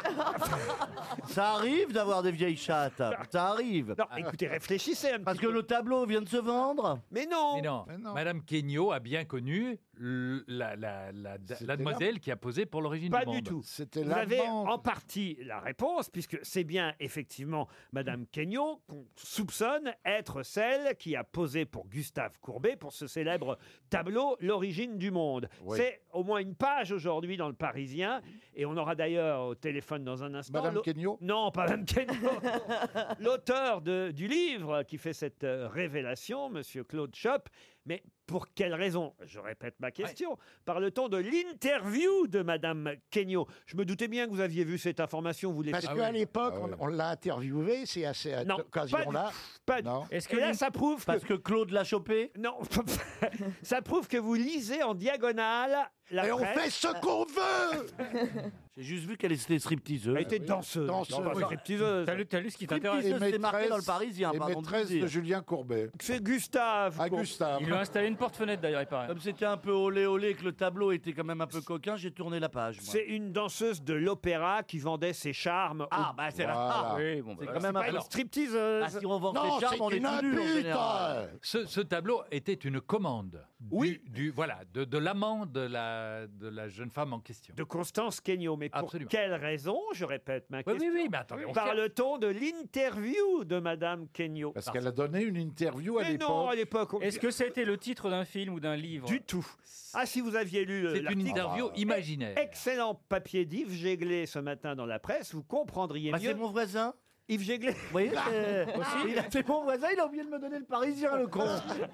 Ça arrive d'avoir des vieilles chattes. Ça arrive. Non, écoutez, réfléchissez un Parce petit que peu. le tableau vient de se vendre. Mais non. Mais non. Mais non. Madame Kenyo a bien connu l- la, la, la, C'était la demoiselle qui a posé pour l'origine Pas du monde. du tout. C'était Vous avez l'amante. en partie la réponse, puisque c'est bien effectivement Madame Kenyo qu'on soupçonne être celle qui a posé pour Gustave Courbet pour ce célèbre tableau L'origine du monde. Oui. C'est au moins une page aujourd'hui dans le Parisien, et on aura d'ailleurs au téléphone dans un instant. Madame l'au- Kenyo. Non, pas Madame Kenyo. L'auteur de- du livre qui fait cette euh, révélation, Monsieur Claude Schopp. Mais pour quelle raison? Je répète ma question. Parle-t-on de l'interview de Madame Kenyo? Je me doutais bien que vous aviez vu cette information. Vous Parce laissez... qu'à l'époque, Ah oui. on, on l'a interviewé, c'est à cette Non, occasion-là. Pas du- Non. Est-ce que Et là, l'in- ça prouve que... Parce que Claude l'a chopé. Non, ça prouve que vous lisez en diagonale la Et on presse. fait ce qu'on veut. J'ai juste vu qu'elle était stripteaseuse. Elle était danseuse. Danseuse, Non, pas oui. stripteaseuse. T'as lu, t'as lu ce qui Et t'intéresse? C'est marqué dans le maîtresse- Parisien, Et pardon de maîtresse le dire. de Julien Courbet. C'est Gustave. Ah, Cour- Gustave. Il lui a installé une porte-fenêtre d'ailleurs, il paraît. Comme c'était un peu olé olé, que le tableau était quand même un peu coquin, j'ai tourné la page. moi. C'est une danseuse de l'opéra qui vendait ses charmes. Ah, au- bah c'est la. Voilà. Ah, Oui, bon, bah, c'est voilà. quand même pas un une peu. stripteaseuse. Ah, si on vend Non, ses charmes, c'est on est une tout nul en impute. général. Ce, ce tableau était une commande. Oui. Du, du- voilà, de, de l'amant de la, de la jeune femme en question. De Constance Kenyo. Mais pour Absolument. quelle raison, je répète ma Oui, question, oui, oui, mais attendez, on cherche. parle-t-on de l'interview de Madame Kenyo? Parce qu'elle a donné une interview à Mais non, à l'époque. l'époque. on- Est-ce que c'était le titre d'un film ou d'un livre? Du tout. Ah, si vous aviez lu euh, C'est une l'article- interview imaginaire. Excellent papier d'Yves Jéglé ce matin dans la presse, vous comprendriez Bah, mieux. c'est mon voisin. Yves Jéglé. Vous voyez, c'est- il a fait mon voisin, il a oublié de me donner le Parisien, le con.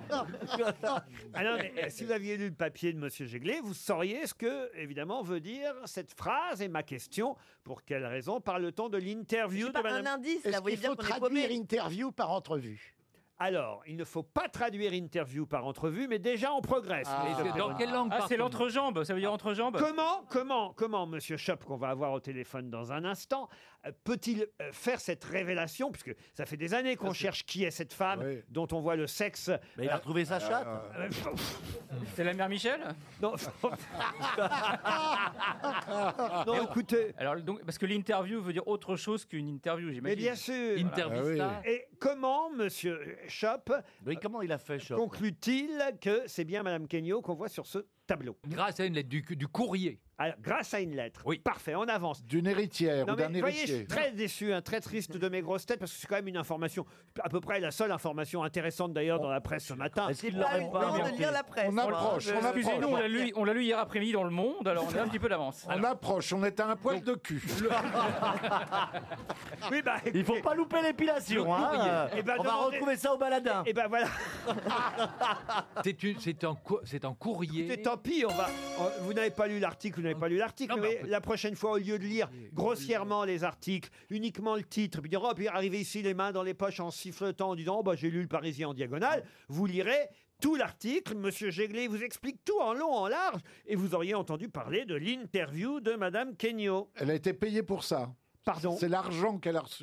Ah non, mais euh, si vous aviez lu le papier de Monsieur Jéglé, vous sauriez ce que, évidemment, veut dire cette phrase. Et ma question, pour quelle raison parle-t-on de l'interview C'est de pas Madame... un indice, là, Est-ce vous voyez qu'il bien faut qu'on est traduire paumé. interview par entrevue? Alors, il ne faut pas traduire interview par entrevue, mais déjà on progresse. Et les c'est- deux. dans quelle langue Ah, c'est parle-t-on? l'entrejambe, ça veut dire entrejambe? Comment, comment, comment, Monsieur Schopp, qu'on va avoir au téléphone dans un instant, euh, peut-il euh, faire cette révélation, puisque ça fait des années qu'on cherche qui est cette femme Oui. dont on voit le sexe. Mais il a retrouvé sa chatte. Euh, C'est la mère Michel? non, non, écoutez, Alors, donc, parce que l'interview veut dire autre chose qu'une interview, mais j'imagine. bien sûr. Intervista. Ah Et comment, Monsieur Schopp, Mais comment il a fait, Chop? conclut-il que c'est bien Madame Kenyo qu'on voit sur ce tableau? Grâce à une lettre du, du courrier. Alors, grâce à une lettre. Oui. Parfait, on avance. D'une héritière Non ou mais d'un vous voyez, je héritier. suis très déçu, hein, très triste de mes grosses têtes, parce que c'est quand même une information, à peu près la seule information intéressante d'ailleurs dans la presse ce matin. Est-ce qu'il Pas l'aurait eu le pas temps de remarqué lire la presse. On approche, on Excusez-nous, on approche. l'a lu, on l'a lu hier après-midi dans Le Monde, alors on a un petit peu d'avance. On approche, on est à un poil de cul. Oui, bah, Il faut pas louper l'épilation, hein. Eh ben, On va demandez- retrouver ça au baladin. et ben voilà, C'est une- c'est en, cou- c'est en courrier. c'est tant pis, on va. on- vous n'avez pas lu l'article, vous n'avez pas lu l'article, Non, mais mais on peut- la prochaine fois, au lieu de lire grossièrement les articles, uniquement le titre, puis dire, oh, puis arriver ici les mains dans les poches en sifflotant, en disant, oh, bah, j'ai lu le Parisien en diagonale, vous lirez tout l'article, Monsieur Jéglé vous explique tout en long, en large, et vous auriez entendu parler de l'interview de Madame Kenyo. Elle a été payée pour ça. Pardon. C'est l'argent qu'elle a reçu.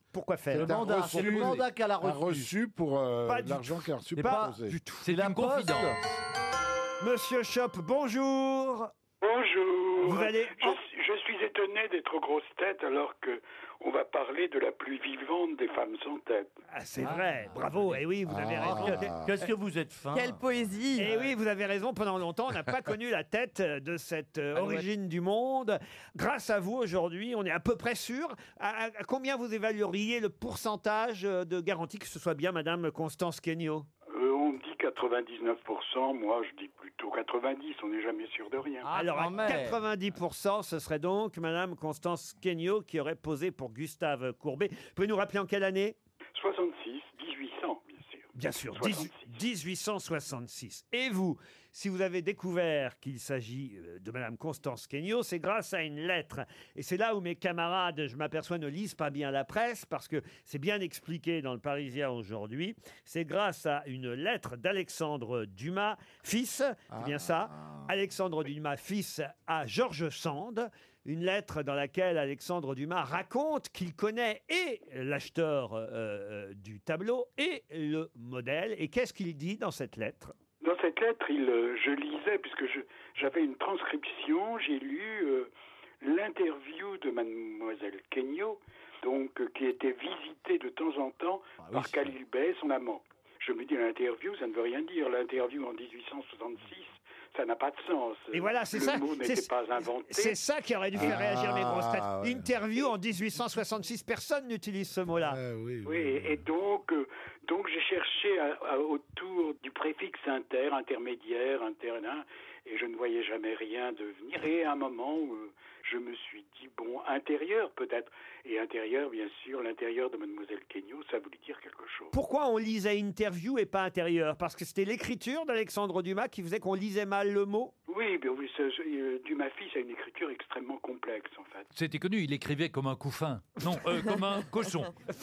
Pourquoi faire C'est le C'est un mandat, reçu- c'est le mandat qu'elle a Un reçu. reçu pour euh, Pas du l'argent qu'elle a reçu C'est pour pas poser. du tout. C'est la une poste. confidence. Monsieur Chop, bonjour. Bonjour. Vous allez- Je, suis- je suis étonné d'être aux grosses têtes alors que on va parler de la plus vivante des femmes sans tête. Ah, c'est vrai, bravo. Et oui, vous avez Ah. raison. Qu'est-ce que vous êtes fin. Quelle poésie. Et oui, vous avez raison, pendant longtemps, on n'a pas connu la tête de cette euh, Ah ouais. origine du monde. Grâce à vous, aujourd'hui, on est à peu près sûr. À, à- à combien vous évalueriez le pourcentage euh, de garantie que ce soit bien Madame Constance Kenyo? Euh, on dit quatre-vingt-dix-neuf pour cent, moi je dis plutôt quatre-vingt-dix, on n'est jamais sûr de rien. Ah, Alors, quand à même. quatre-vingt-dix pour cent, ce serait donc Madame Constance Kenyo qui aurait posé pour Gustave Courbet. Vous pouvez nous rappeler en quelle année? soixante-six, dix-huit cents, bien sûr. Bien sûr, soixante-six. dix-huit cent soixante-six. Et vous, si vous avez découvert qu'il s'agit euh, de Madame Constance Kenyo, c'est grâce à une lettre. Et c'est là où mes camarades, je m'aperçois, ne lisent pas bien la presse, parce que c'est bien expliqué dans le Parisien aujourd'hui. C'est grâce à une lettre d'Alexandre Dumas, fils, c'est bien ça, Alexandre Dumas, fils, à Georges Sand. Une lettre dans laquelle Alexandre Dumas raconte qu'il connaît et l'acheteur euh, euh, du tableau et le modèle. Et qu'est-ce qu'il dit dans cette lettre? Dans cette lettre, il, euh, je lisais, puisque je- j'avais une transcription, j'ai lu euh, l'interview de mademoiselle Kenyo, donc euh, qui était visitée de temps en temps par Khalil Bey, son amant. Je me dis, l'interview, ça ne veut rien dire. L'interview en dix-huit cent soixante-six, ça n'a pas de sens. Et voilà, c'est Le ça. mot c'est- n'était pas inventé. C'est ça qui aurait dû faire réagir mes grosses têtes. Ah, ouais. Interview en dix-huit cent soixante-six, personne n'utilise ce mot-là. Ah, oui, oui. Oui, et donc, euh, donc j'ai cherché à- à- autour du préfixe inter, intermédiaire, internin, et je ne voyais jamais rien de venir. Et à un moment où euh, je me suis dit, bon, intérieur peut-être. Et intérieur, bien sûr, l'intérieur de Mademoiselle Kenyo, ça voulait dire quelque chose. Pourquoi on lisait interview et pas intérieur? Parce que c'était l'écriture d'Alexandre Dumas qui faisait qu'on lisait mal le mot? Oui, ben oui, ça- euh, Dumas fils a une écriture extrêmement complexe, en fait. C'était connu, il écrivait comme un couffin. Non, euh, comme un cochon.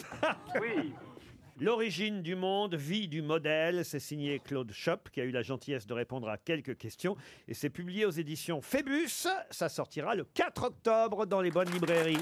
Oui. L'origine du monde, vie du modèle, c'est signé Claude Chop qui a eu la gentillesse de répondre à quelques questions et c'est publié aux éditions Phébus. Ça sortira le quatre octobre dans les bonnes librairies.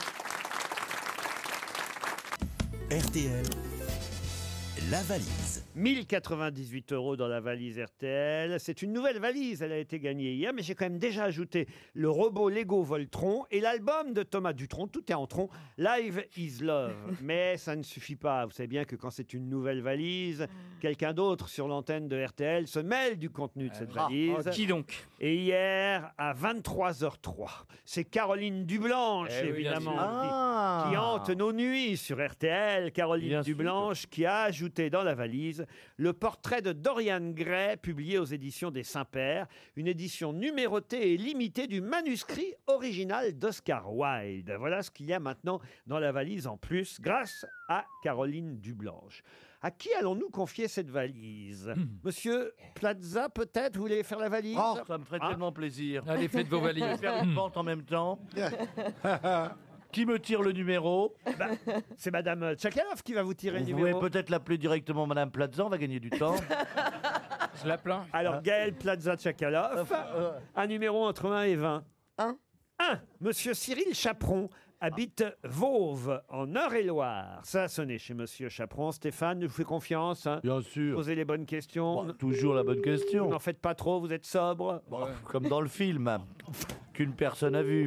R T L, la valise. mille quatre-vingt-dix-huit euros dans la valise R T L. C'est une nouvelle valise, elle a été gagnée hier, mais j'ai quand même déjà ajouté le robot Lego Voltron et l'album de Thomas Dutronc, tout est en tronc, Live is Love. Mais ça ne suffit pas, vous savez bien que quand c'est une nouvelle valise, quelqu'un d'autre sur l'antenne de R T L se mêle du contenu de cette Ah, valise. oh, qui donc? Et hier, à vingt-trois heures trois, c'est Caroline Dublanche, Eh oui, bien évidemment, sûr. qui- Ah. qui hante nos nuits sur R T L. Caroline Bien sûr. Dublanche qui a ajouté dans la valise le portrait de Dorian Gray, publié aux éditions des Saints-Pères, une édition numérotée et limitée du manuscrit original d'Oscar Wilde. Voilà ce qu'il y a maintenant dans la valise en plus, grâce à Caroline Dublanche. À qui allons-nous confier cette valise? Monsieur Plaza, peut-être, vous voulez faire la valise? Oh, ça me ferait Ah. tellement plaisir. Allez, faites vos valises. Je vais faire une vente en même temps. Qui me tire le numéro? Bah, c'est Madame Tchakalov qui va vous tirer Vous le pouvez numéro. peut-être l'appeler directement Madame Plaza, on va gagner du temps. Je la plains. Alors, Gaël Plaza Tchakalov, un numéro entre un et vingt. Un. un. Monsieur Cyril Chaperon habite Vauve, en Eure-et-Loire. Ça a sonné chez Monsieur Chaperon. Stéphane, je vous fais confiance. Hein. Bien sûr. Posez les bonnes questions. Bon, toujours la bonne question. Vous n'en faites pas trop, vous êtes sobre. Bon, comme dans le film qu'une personne a vu.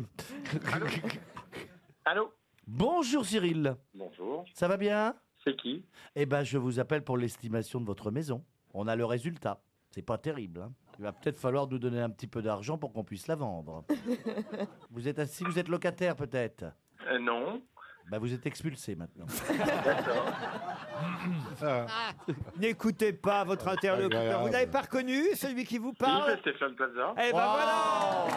Allô? Bonjour Cyril. Bonjour. Ça va bien? C'est qui? Eh ben, je vous appelle pour l'estimation de votre maison. On a le résultat. C'est pas terrible. Hein. Il va peut-être falloir nous donner un petit peu d'argent pour qu'on puisse la vendre. Vous êtes assis, vous êtes locataire peut-être? Euh, non. Bah, vous êtes expulsé maintenant. N'écoutez pas votre interlocuteur. Agréable. Vous l'avez pas reconnu, celui qui vous Oui, parle? c'est Stéphane Plaza. Eh ben voilà.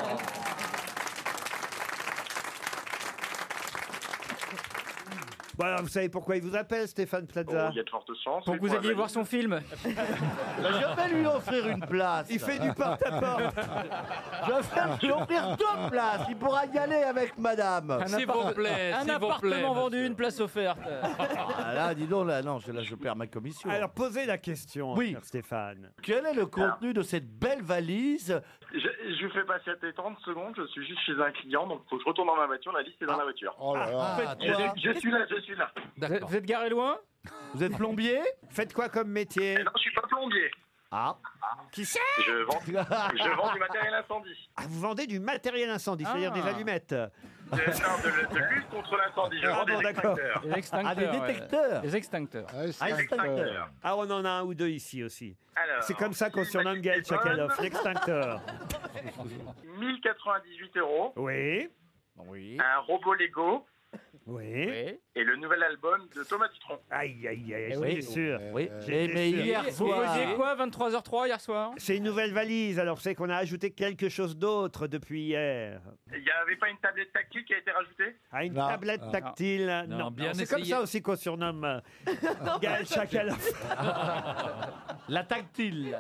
Bon, alors, vous savez pourquoi il vous appelle, Stéphane Oh, Plaza? il y a de fortes chances. Pour oui, que vous la alliez voir valise. son film. Je vais lui offrir une place. Il fait du porte-à-porte. Je vais faire- je vais offrir deux places. Il pourra y aller avec madame. Un S'il appart- vous plaît, Un s'il vous plaît, appartement vendu, monsieur. une place offerte. Ah, là, dis donc, là, non, je- là, je perds ma commission. Alors, posez la question, Oui. cher Stéphane. Quel est le contenu de cette belle valise? Je, je vous fais patienter trente secondes, je suis juste chez un client, donc il faut que je retourne dans ma voiture, la liste est dans la voiture. Oh là là. Faites Je, quoi? je suis là, je suis suis là. Vous vous êtes garé loin? Vous êtes plombier? Faites quoi comme métier? Non, je suis pas plombier. Ah. Qui c'est? Je vends, je vends du matériel incendie. Ah, vous vendez du matériel incendie, c'est-à-dire Ah. des allumettes. De, non, de, de lutte contre l'incendie. Je Ah vends bon, des d'accord. extincteurs. Les extincteurs. Ah, des ouais. détecteurs. Les extincteurs. Ah, extincteur. Ah, on en a un ou deux ici aussi. Alors, C'est comme ça qu'on surnomme Gaël Tchakaloff, l'extincteur. mille quatre-vingt-dix-huit euros. Oui, Oui. Un robot Lego. oui. Oui. Et le nouvel album de Thomas Dutronc. Aïe, aïe, aïe, oui. j'étais sûr. Oui. J'étais Et- mais sûr. hier Vous soir. faisiez quoi, vingt-trois heures trois hier soir? C'est une nouvelle valise, alors vous savez qu'on a ajouté quelque chose d'autre depuis hier. Il n'y avait pas une tablette tactile qui a été rajoutée? Ah, une Non. tablette Ah. tactile, Non, non. bien Non, c'est comme essayé. ça aussi qu'on surnomme euh, Gaël Tchakaloff. La tactile.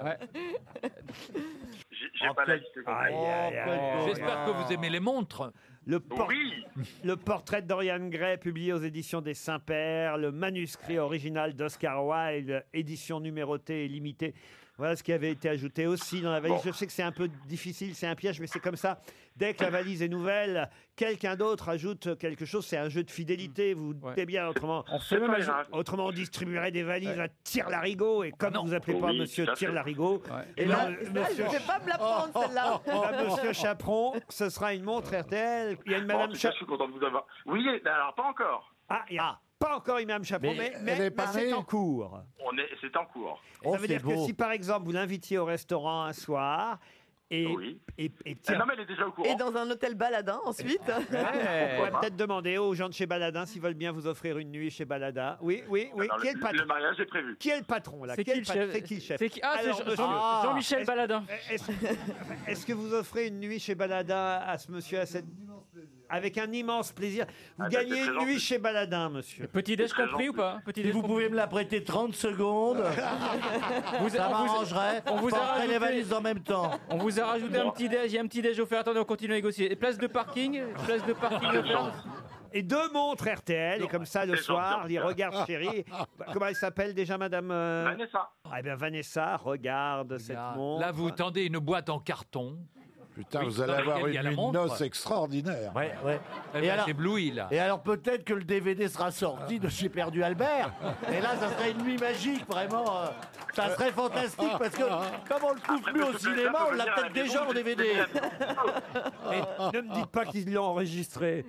J'ai j'ai Oh, pas la quel- liste Aïe, complète. aïe, aïe. J'espère que vous aimez les montres. Le, por- Oui. le portrait de Dorian Gray, publié aux éditions des Saints-Pères, le manuscrit original d'Oscar Wilde, édition numérotée et limitée. Voilà ce qui avait été ajouté aussi dans la valise. Bon. Je sais que c'est un peu difficile, c'est un piège, mais c'est comme ça. Dès que la valise est nouvelle, quelqu'un d'autre ajoute quelque chose. C'est un jeu de fidélité, vous vous Ouais. doutez bien. Autrement, On C'est fait même pas un jeu- grave. autrement, on distribuerait des valises à Tire-Larigot. Et comme non. vous appelez pas Oui, Monsieur tout à fait. Tire-Larigot, Ouais. et Là, là, là, Monsieur, je vais pas me la prendre, celle-là. là, Monsieur Chaperon, ce sera une montre R T L. Il y a une Bon, Madame en tout cas, Cha- je suis content de vous avoir. Oui, alors pas encore. Ah, il y a pas encore une Madame Chaperon, Mais mais, elle mais- est mais parée. c'est en cours. On est, c'est en cours. Oh, Ça veut c'est dire que beau. si par exemple vous l'invitiez au restaurant un soir et, Oui. et, et Ah, tiens, non, mais elle est déjà au courant. Et dans un hôtel baladin ensuite. Ouais. on va peut-être demander aux gens de chez Baladin s'ils veulent bien vous offrir une nuit chez Baladin. Oui, oui, oui. Alors, Qui est le le, patron le mariage est prévu. Qui est le patron là C'est Qui est qui le le patron chef? C'est qui le chef C'est qui Ah, c'est Alors, Jean- monsieur, Jean- Jean-Michel est-ce- Baladin. Est-ce est-ce que vous offrez une nuit chez Baladin à ce monsieur à cette... Avec un immense plaisir. Vous Ah, ben, gagnez c'est très une nuit gentil. chez Baladin, monsieur. Petit déj Très compris gentil. ou pas? Petit Si déj vous compris. pouvez me la prêter trente secondes, Vous- ça on vous- m'arrangerait. on vous Je a porterai les rajouté- valises en même temps. On vous a rajouté un petit déj, il y a un petit déj offert. Attendez, on continue à négocier. Et place de parking, place de parking offerte. Et deux montres R T L, et comme ça, le C'est soir, gentil. les regards chéris. Comment elle s'appelle déjà, madame euh, Vanessa. Ah, eh bien, Vanessa, regarde cette Là, montre. là, vous tendez une boite en carton. Putain, Oui, vous allez dans avoir lequel il y une a la nuit de montre. noces extraordinaire. Ouais, ouais. Elle Et va alors, éblouie, là. et alors peut-être que le D V D sera sorti de J'ai perdu Albert. Et là, ça serait une nuit magique, vraiment. euh, ça serait fantastique parce que comme on le trouve Après, plus au peut-être que cinéma, ça peut on l'a venir à la peut-être maison, déjà en je- D V D. Mais ne me dites pas qu'ils l'ont enregistré.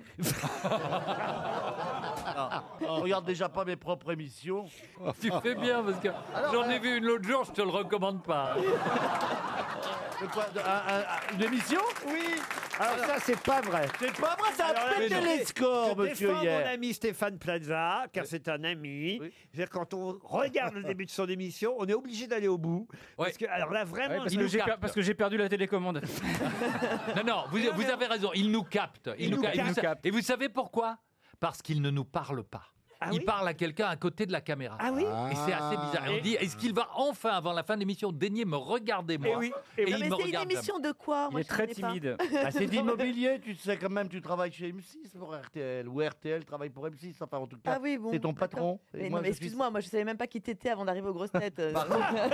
Ah, on regarde déjà pas mes propres émissions. Tu fais bien, parce que j'en ai vu une l'autre jour, je te le recommande pas. De quoi, de- un- un- une émission Oui. Alors ça, c'est pas vrai. C'est pas vrai, ça Alors a là, pété je- les scores, je monsieur, défends hier. mon ami Stéphane Plaza, car c'est un ami. Je veux dire, quand on regarde le début de son émission, on est obligé d'aller au bout. Parce que, alors là, Ouais, vraiment, parce, il que nous j'ai per- capte. parce que j'ai perdu la télécommande. Non, non, vous, vous avez raison, il nous capte. Il nous capte. Et vous capte. sa- Et vous savez pourquoi? Parce qu'il ne nous parle pas. Ah il oui parle à quelqu'un à côté de la caméra. Ah oui Et c'est assez bizarre. Et on Et- dit, est-ce qu'il va enfin, avant la fin de l'émission, daigner me regarder, moi Eh oui, Et eh oui. il Mais me c'est une regarde émission de quoi Il Moi, est je très connais pas. timide. Ah, c'est d'immobilier, tu sais quand même, tu travailles chez M six pour R T L, ou R T L travaille pour M six, enfin en tout cas, Ah oui, bon. c'est ton d'accord. patron. Et Mais moi, non, mais je suis- excuse-moi, moi je savais même pas qui t'étais avant d'arriver aux grosses têtes. En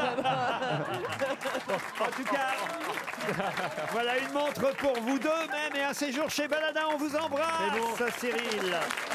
tout cas, voilà une montre pour vous deux même et un séjour chez Baladin. On vous embrasse, Cyril.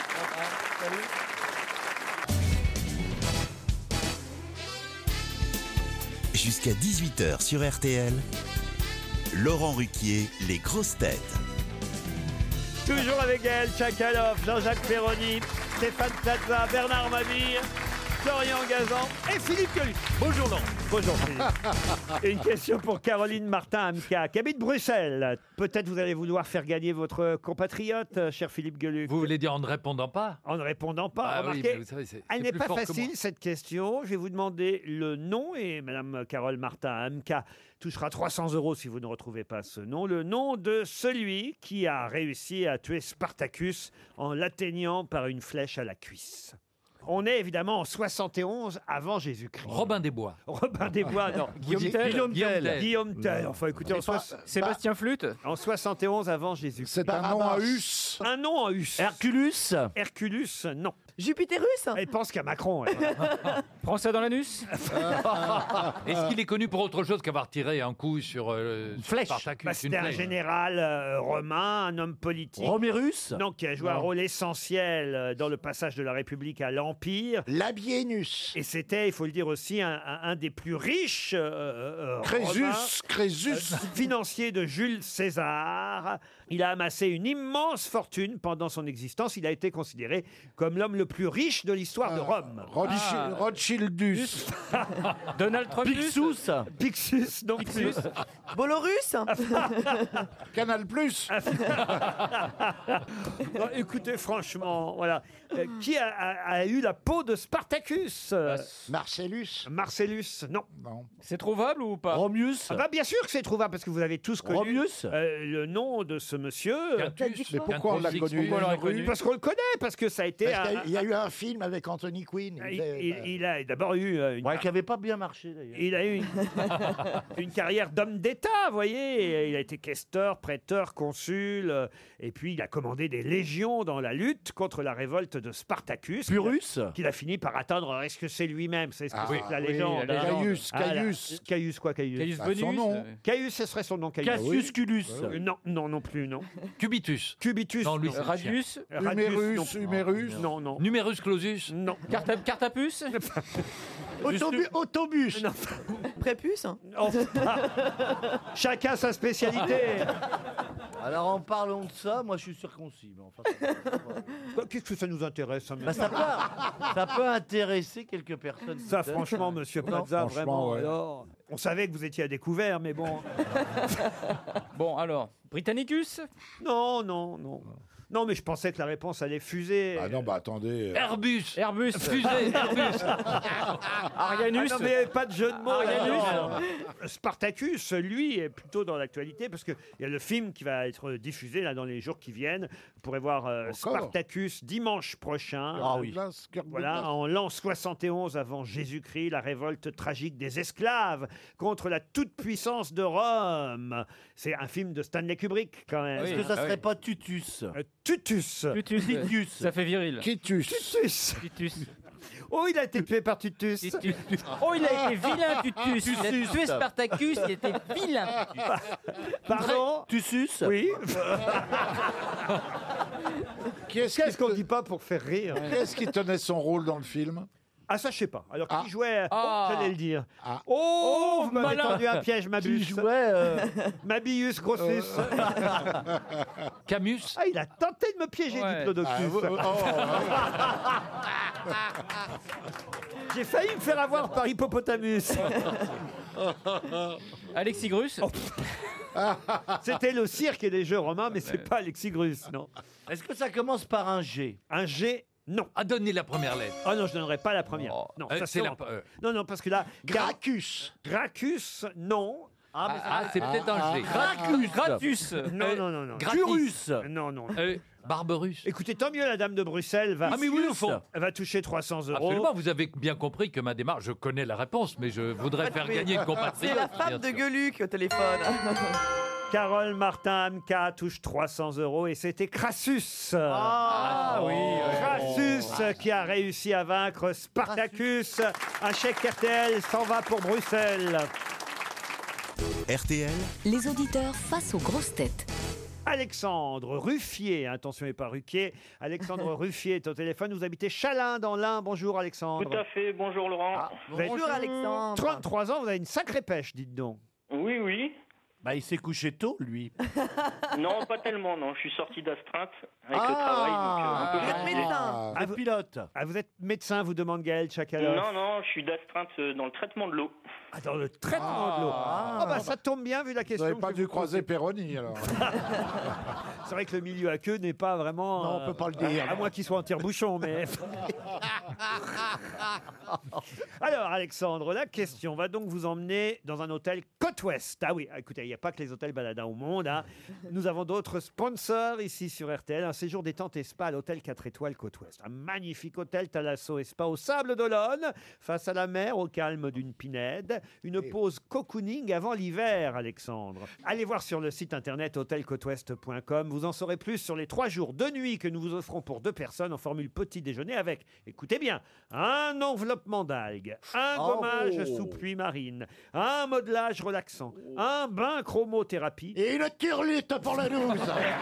Jusqu'à dix-huit heures sur R T L, Laurent Ruquier, les grosses têtes. Toujours avec Gaël Tchakaloff, Jean-Jacques Perroni, Stéphane Plaza, Bernard Mabille, Florian Gazan et Philippe Gueluc. Bonjour Laurent. Bonjour Philippe. Une question pour Caroline Martin-Amka, qui habite Bruxelles. Peut-être vous allez vouloir faire gagner votre compatriote, cher Philippe Gueluc. Vous voulez dire en ne répondant pas? En ne répondant pas. Ah oui, Remarquez, mais vous savez, c'est- elle c'est n'est plus pas fort que facile moi. cette question. Je vais vous demander le nom et Madame Carole Martin-Amka touchera trois cents euros si vous ne retrouvez pas ce nom. Le nom de celui qui a réussi à tuer Spartacus en l'atteignant par une flèche à la cuisse. On est évidemment en soixante et onze avant Jésus-Christ. Robin des Bois. Robin des Bois, non. Guillaume Tell. Guillaume Guillaume Tell. Tell. Guillaume Tell. Enfin, écoutez, en, C'est pas- soix- Sébastien Flûte. en soixante et onze avant Jésus-Christ. C'est un nom à us. Un nom en us. Herculus. Herculus, non. Jupiterus Elle pense qu'à Macron. elle. Prends ça dans l'anus. Est-ce qu'il est connu pour autre chose qu'avoir tiré un coup sur euh, sur Flèche. Spartacus, Bah, une C'était un flèche. général euh, romain, un homme politique. Romérus Non, qui a joué un Non. rôle essentiel euh, dans le passage de la République à l'Empire. Labienus. Et c'était, il faut le dire aussi, un, un- un des plus riches euh, euh, Crésus, romains, Crésus. euh, financiers de Jules César. Il a amassé une immense fortune pendant son existence. Il a été considéré comme l'homme le plus riche de l'histoire de Rome. Rothschild- Ah. Rothschildus. Donald Trumpus. Pixus. Pixus, non plus. Bolorus. Canal Plus. Non, écoutez, franchement, voilà. Euh, qui a, a- a eu la peau de Spartacus Euh, Marcellus. Marcellus, non. Non. C'est trouvable ou pas? Romius. Ah bah, bien sûr que c'est trouvable parce que vous avez tous connu Romius. euh, le nom de ce monsieur. Quintus. Mais pourquoi on l'a Quintus, connu Pourquoi on l'aurait une rue connu Parce qu'on le connaît, parce que ça a été. Parce qu'il y a un- eu- il y a eu un film avec Anthony Quinn. il, faisait, il- euh, il a d'abord eu euh, une, Ouais, qui avait pas bien marché d'ailleurs. il a eu une, une carrière d'homme d'État, vous voyez. Et il a été questeur, prêteur, consul, euh, et puis il a commandé des légions dans la lutte contre la révolte de Spartacus. Pyrrhus. Qu'il a fini par atteindre. Est-ce que c'est lui-même? C'est ce que Ah, c'est que la oui, légende. la hein. légende. Caius, Ah, la- Caius. Caius quoi, Caius Caius Ah, Bonus. son nom. euh, Caius, ce serait son nom, Caius. Cassiusculus. Euh, non, non, non plus, non. Cubitus. Cubitus. Non, lui, non. c'est le Radius. Radius, Humérus, non. Humérus. Non, non. Numerus clausus. Non. Carta- Cartapus. Autobu- Autobus. Non. Prépuce. hein. Oh. Chacun sa spécialité. Alors en parlant de ça, moi je suis circoncis. Mais enfin, ça- Qu'est-ce que ça nous intéresse ça, bah, ça, peut, ça peut intéresser quelques personnes. Ça, peut-être. franchement, monsieur Non, Plaza, franchement, vraiment. ouais. Alors, on savait que vous étiez à découvert, mais bon. Bon, alors, Britannicus. Non, non, non. Non, mais je pensais que la réponse allait fuser. Ah non, bah attendez. euh, Airbus. Airbus. Fusée. Airbus. Arianus. Ah non, mais il n'y avait pas de jeu de mots. Arianus. là-dedans. Spartacus, lui, est plutôt dans l'actualité parce qu'il y a le film qui va être diffusé là dans les jours qui viennent. Vous pourrez voir euh, Encore Spartacus dimanche prochain. Ah oui. Douglas, Kirk Voilà, Douglas. en l'an soixante et onze avant Jésus-Christ, la révolte tragique des esclaves contre la toute-puissance de Rome. C'est un film de Stanley Kubrick, quand même. Est-ce que ça serait pas Tutus Euh, Tutus. Tutus. Titus. Ça fait viril. Quitus. Tutus. Titus. Oh, il a été tué par Tutus. Titus. Oh, il a été vilain, Tutus. Il a Tutus. tué Spartacus, il était vilain. Pardon Tutus. Oui. Qui est-ce Qu'est-ce qui, qu'on te- dit pas pour faire rire qui est-ce qui tenait son rôle dans le film? Ah, ça, je sais pas. Alors, qui Ah. jouait Ah. Oh, j'allais le dire. Ah. Oh, Oh, vous m'avez malin. tendu un piège, Qui Mabus. jouait euh, Mabius Grossus. Camus. Ah, il a tenté de me piéger, Ouais. Diplodocus. Ah, oh, J'ai failli me faire avoir par Hippopotamus. Alexis Grus. C'était le cirque et les jeux romains, mais c'est pas Alexigrus, non. Est-ce que ça commence par un G? Un G, non. A donné la première lettre. Ah non, je ne donnerai pas la première. Oh. Non, Euh, ça c'est se la- rend- euh. Non, non, parce que là... Gracchus. Gracchus, non. Ah, mais Ah, c'est peut-être un G. Gracchus. Gratus. Non, Euh, non, non, non. Gratis. Curus. Non, non. Euh, Barberus. Écoutez, tant mieux, la dame de Bruxelles va, Ah mais oui, au fond. va toucher trois cents euros. Absolument, vous avez bien compris que ma démarche, je connais la réponse, mais je voudrais faire Oui. gagner une C'est compatriote. la femme de bien sûr. Gueuluc au téléphone. Carole Martin Hamka touche trois cents euros et c'était Crassus. Ah oui. ouais. Crassus qui a réussi à vaincre Spartacus. Un chèque R T L s'en va pour Bruxelles. R T L, Les auditeurs face aux grosses têtes. Alexandre Ruffier, attention et pas Ruquier. Alexandre Ruffier est au téléphone. Vous habitez Chalin dans l'Ain. Bonjour Alexandre. Tout à fait, bonjour Laurent. Vous avez Bonjour Alexandre. trente-trois ans, vous avez une sacrée pêche, dites donc. Oui, oui. Bah, il s'est couché tôt, lui. Non, pas tellement, non. Je suis sorti d'astreinte avec Ah. le travail. Donc, euh, un peu Vous êtes fatigué. médecin. Ah, vous, Pilote. ah, vous êtes médecin, vous demande Gaël Chakalov. Non, non, je suis d'astreinte euh, dans le traitement de l'eau. Ah, dans le traitement de l'eau. Ah, bah ça tombe bien vu la Vous question. n'avez que pas je dû vous pose. croiser Perroni, alors. C'est vrai que le milieu à queue n'est pas vraiment. Non, on peut pas le dire. À moins qu'il soit en tire-bouchon, mais. Alors, Alexandre, la question va donc vous emmener dans un hôtel Côte-Ouest. Ah oui, écoutez, il n'y a pas que les hôtels baladins au monde. Hein. Nous avons d'autres sponsors ici sur R T L. Un séjour détente et spa à l'hôtel quatre étoiles Côte-Ouest. Un magnifique hôtel Thalasso et spa au Sable d'Olonne, face à la mer, au calme d'une pinède. Une pause cocooning avant l'hiver, Alexandre. Allez voir sur le site internet hôtel côte ouest point com. Vous en saurez plus sur les trois jours de nuit que nous vous offrons pour deux personnes en formule petit déjeuner avec, écoutez bien, bien. Un enveloppement d'algues, un Oh. gommage sous pluie marine, un modelage relaxant, un bain chromothérapie. Et une turlute pour le douze.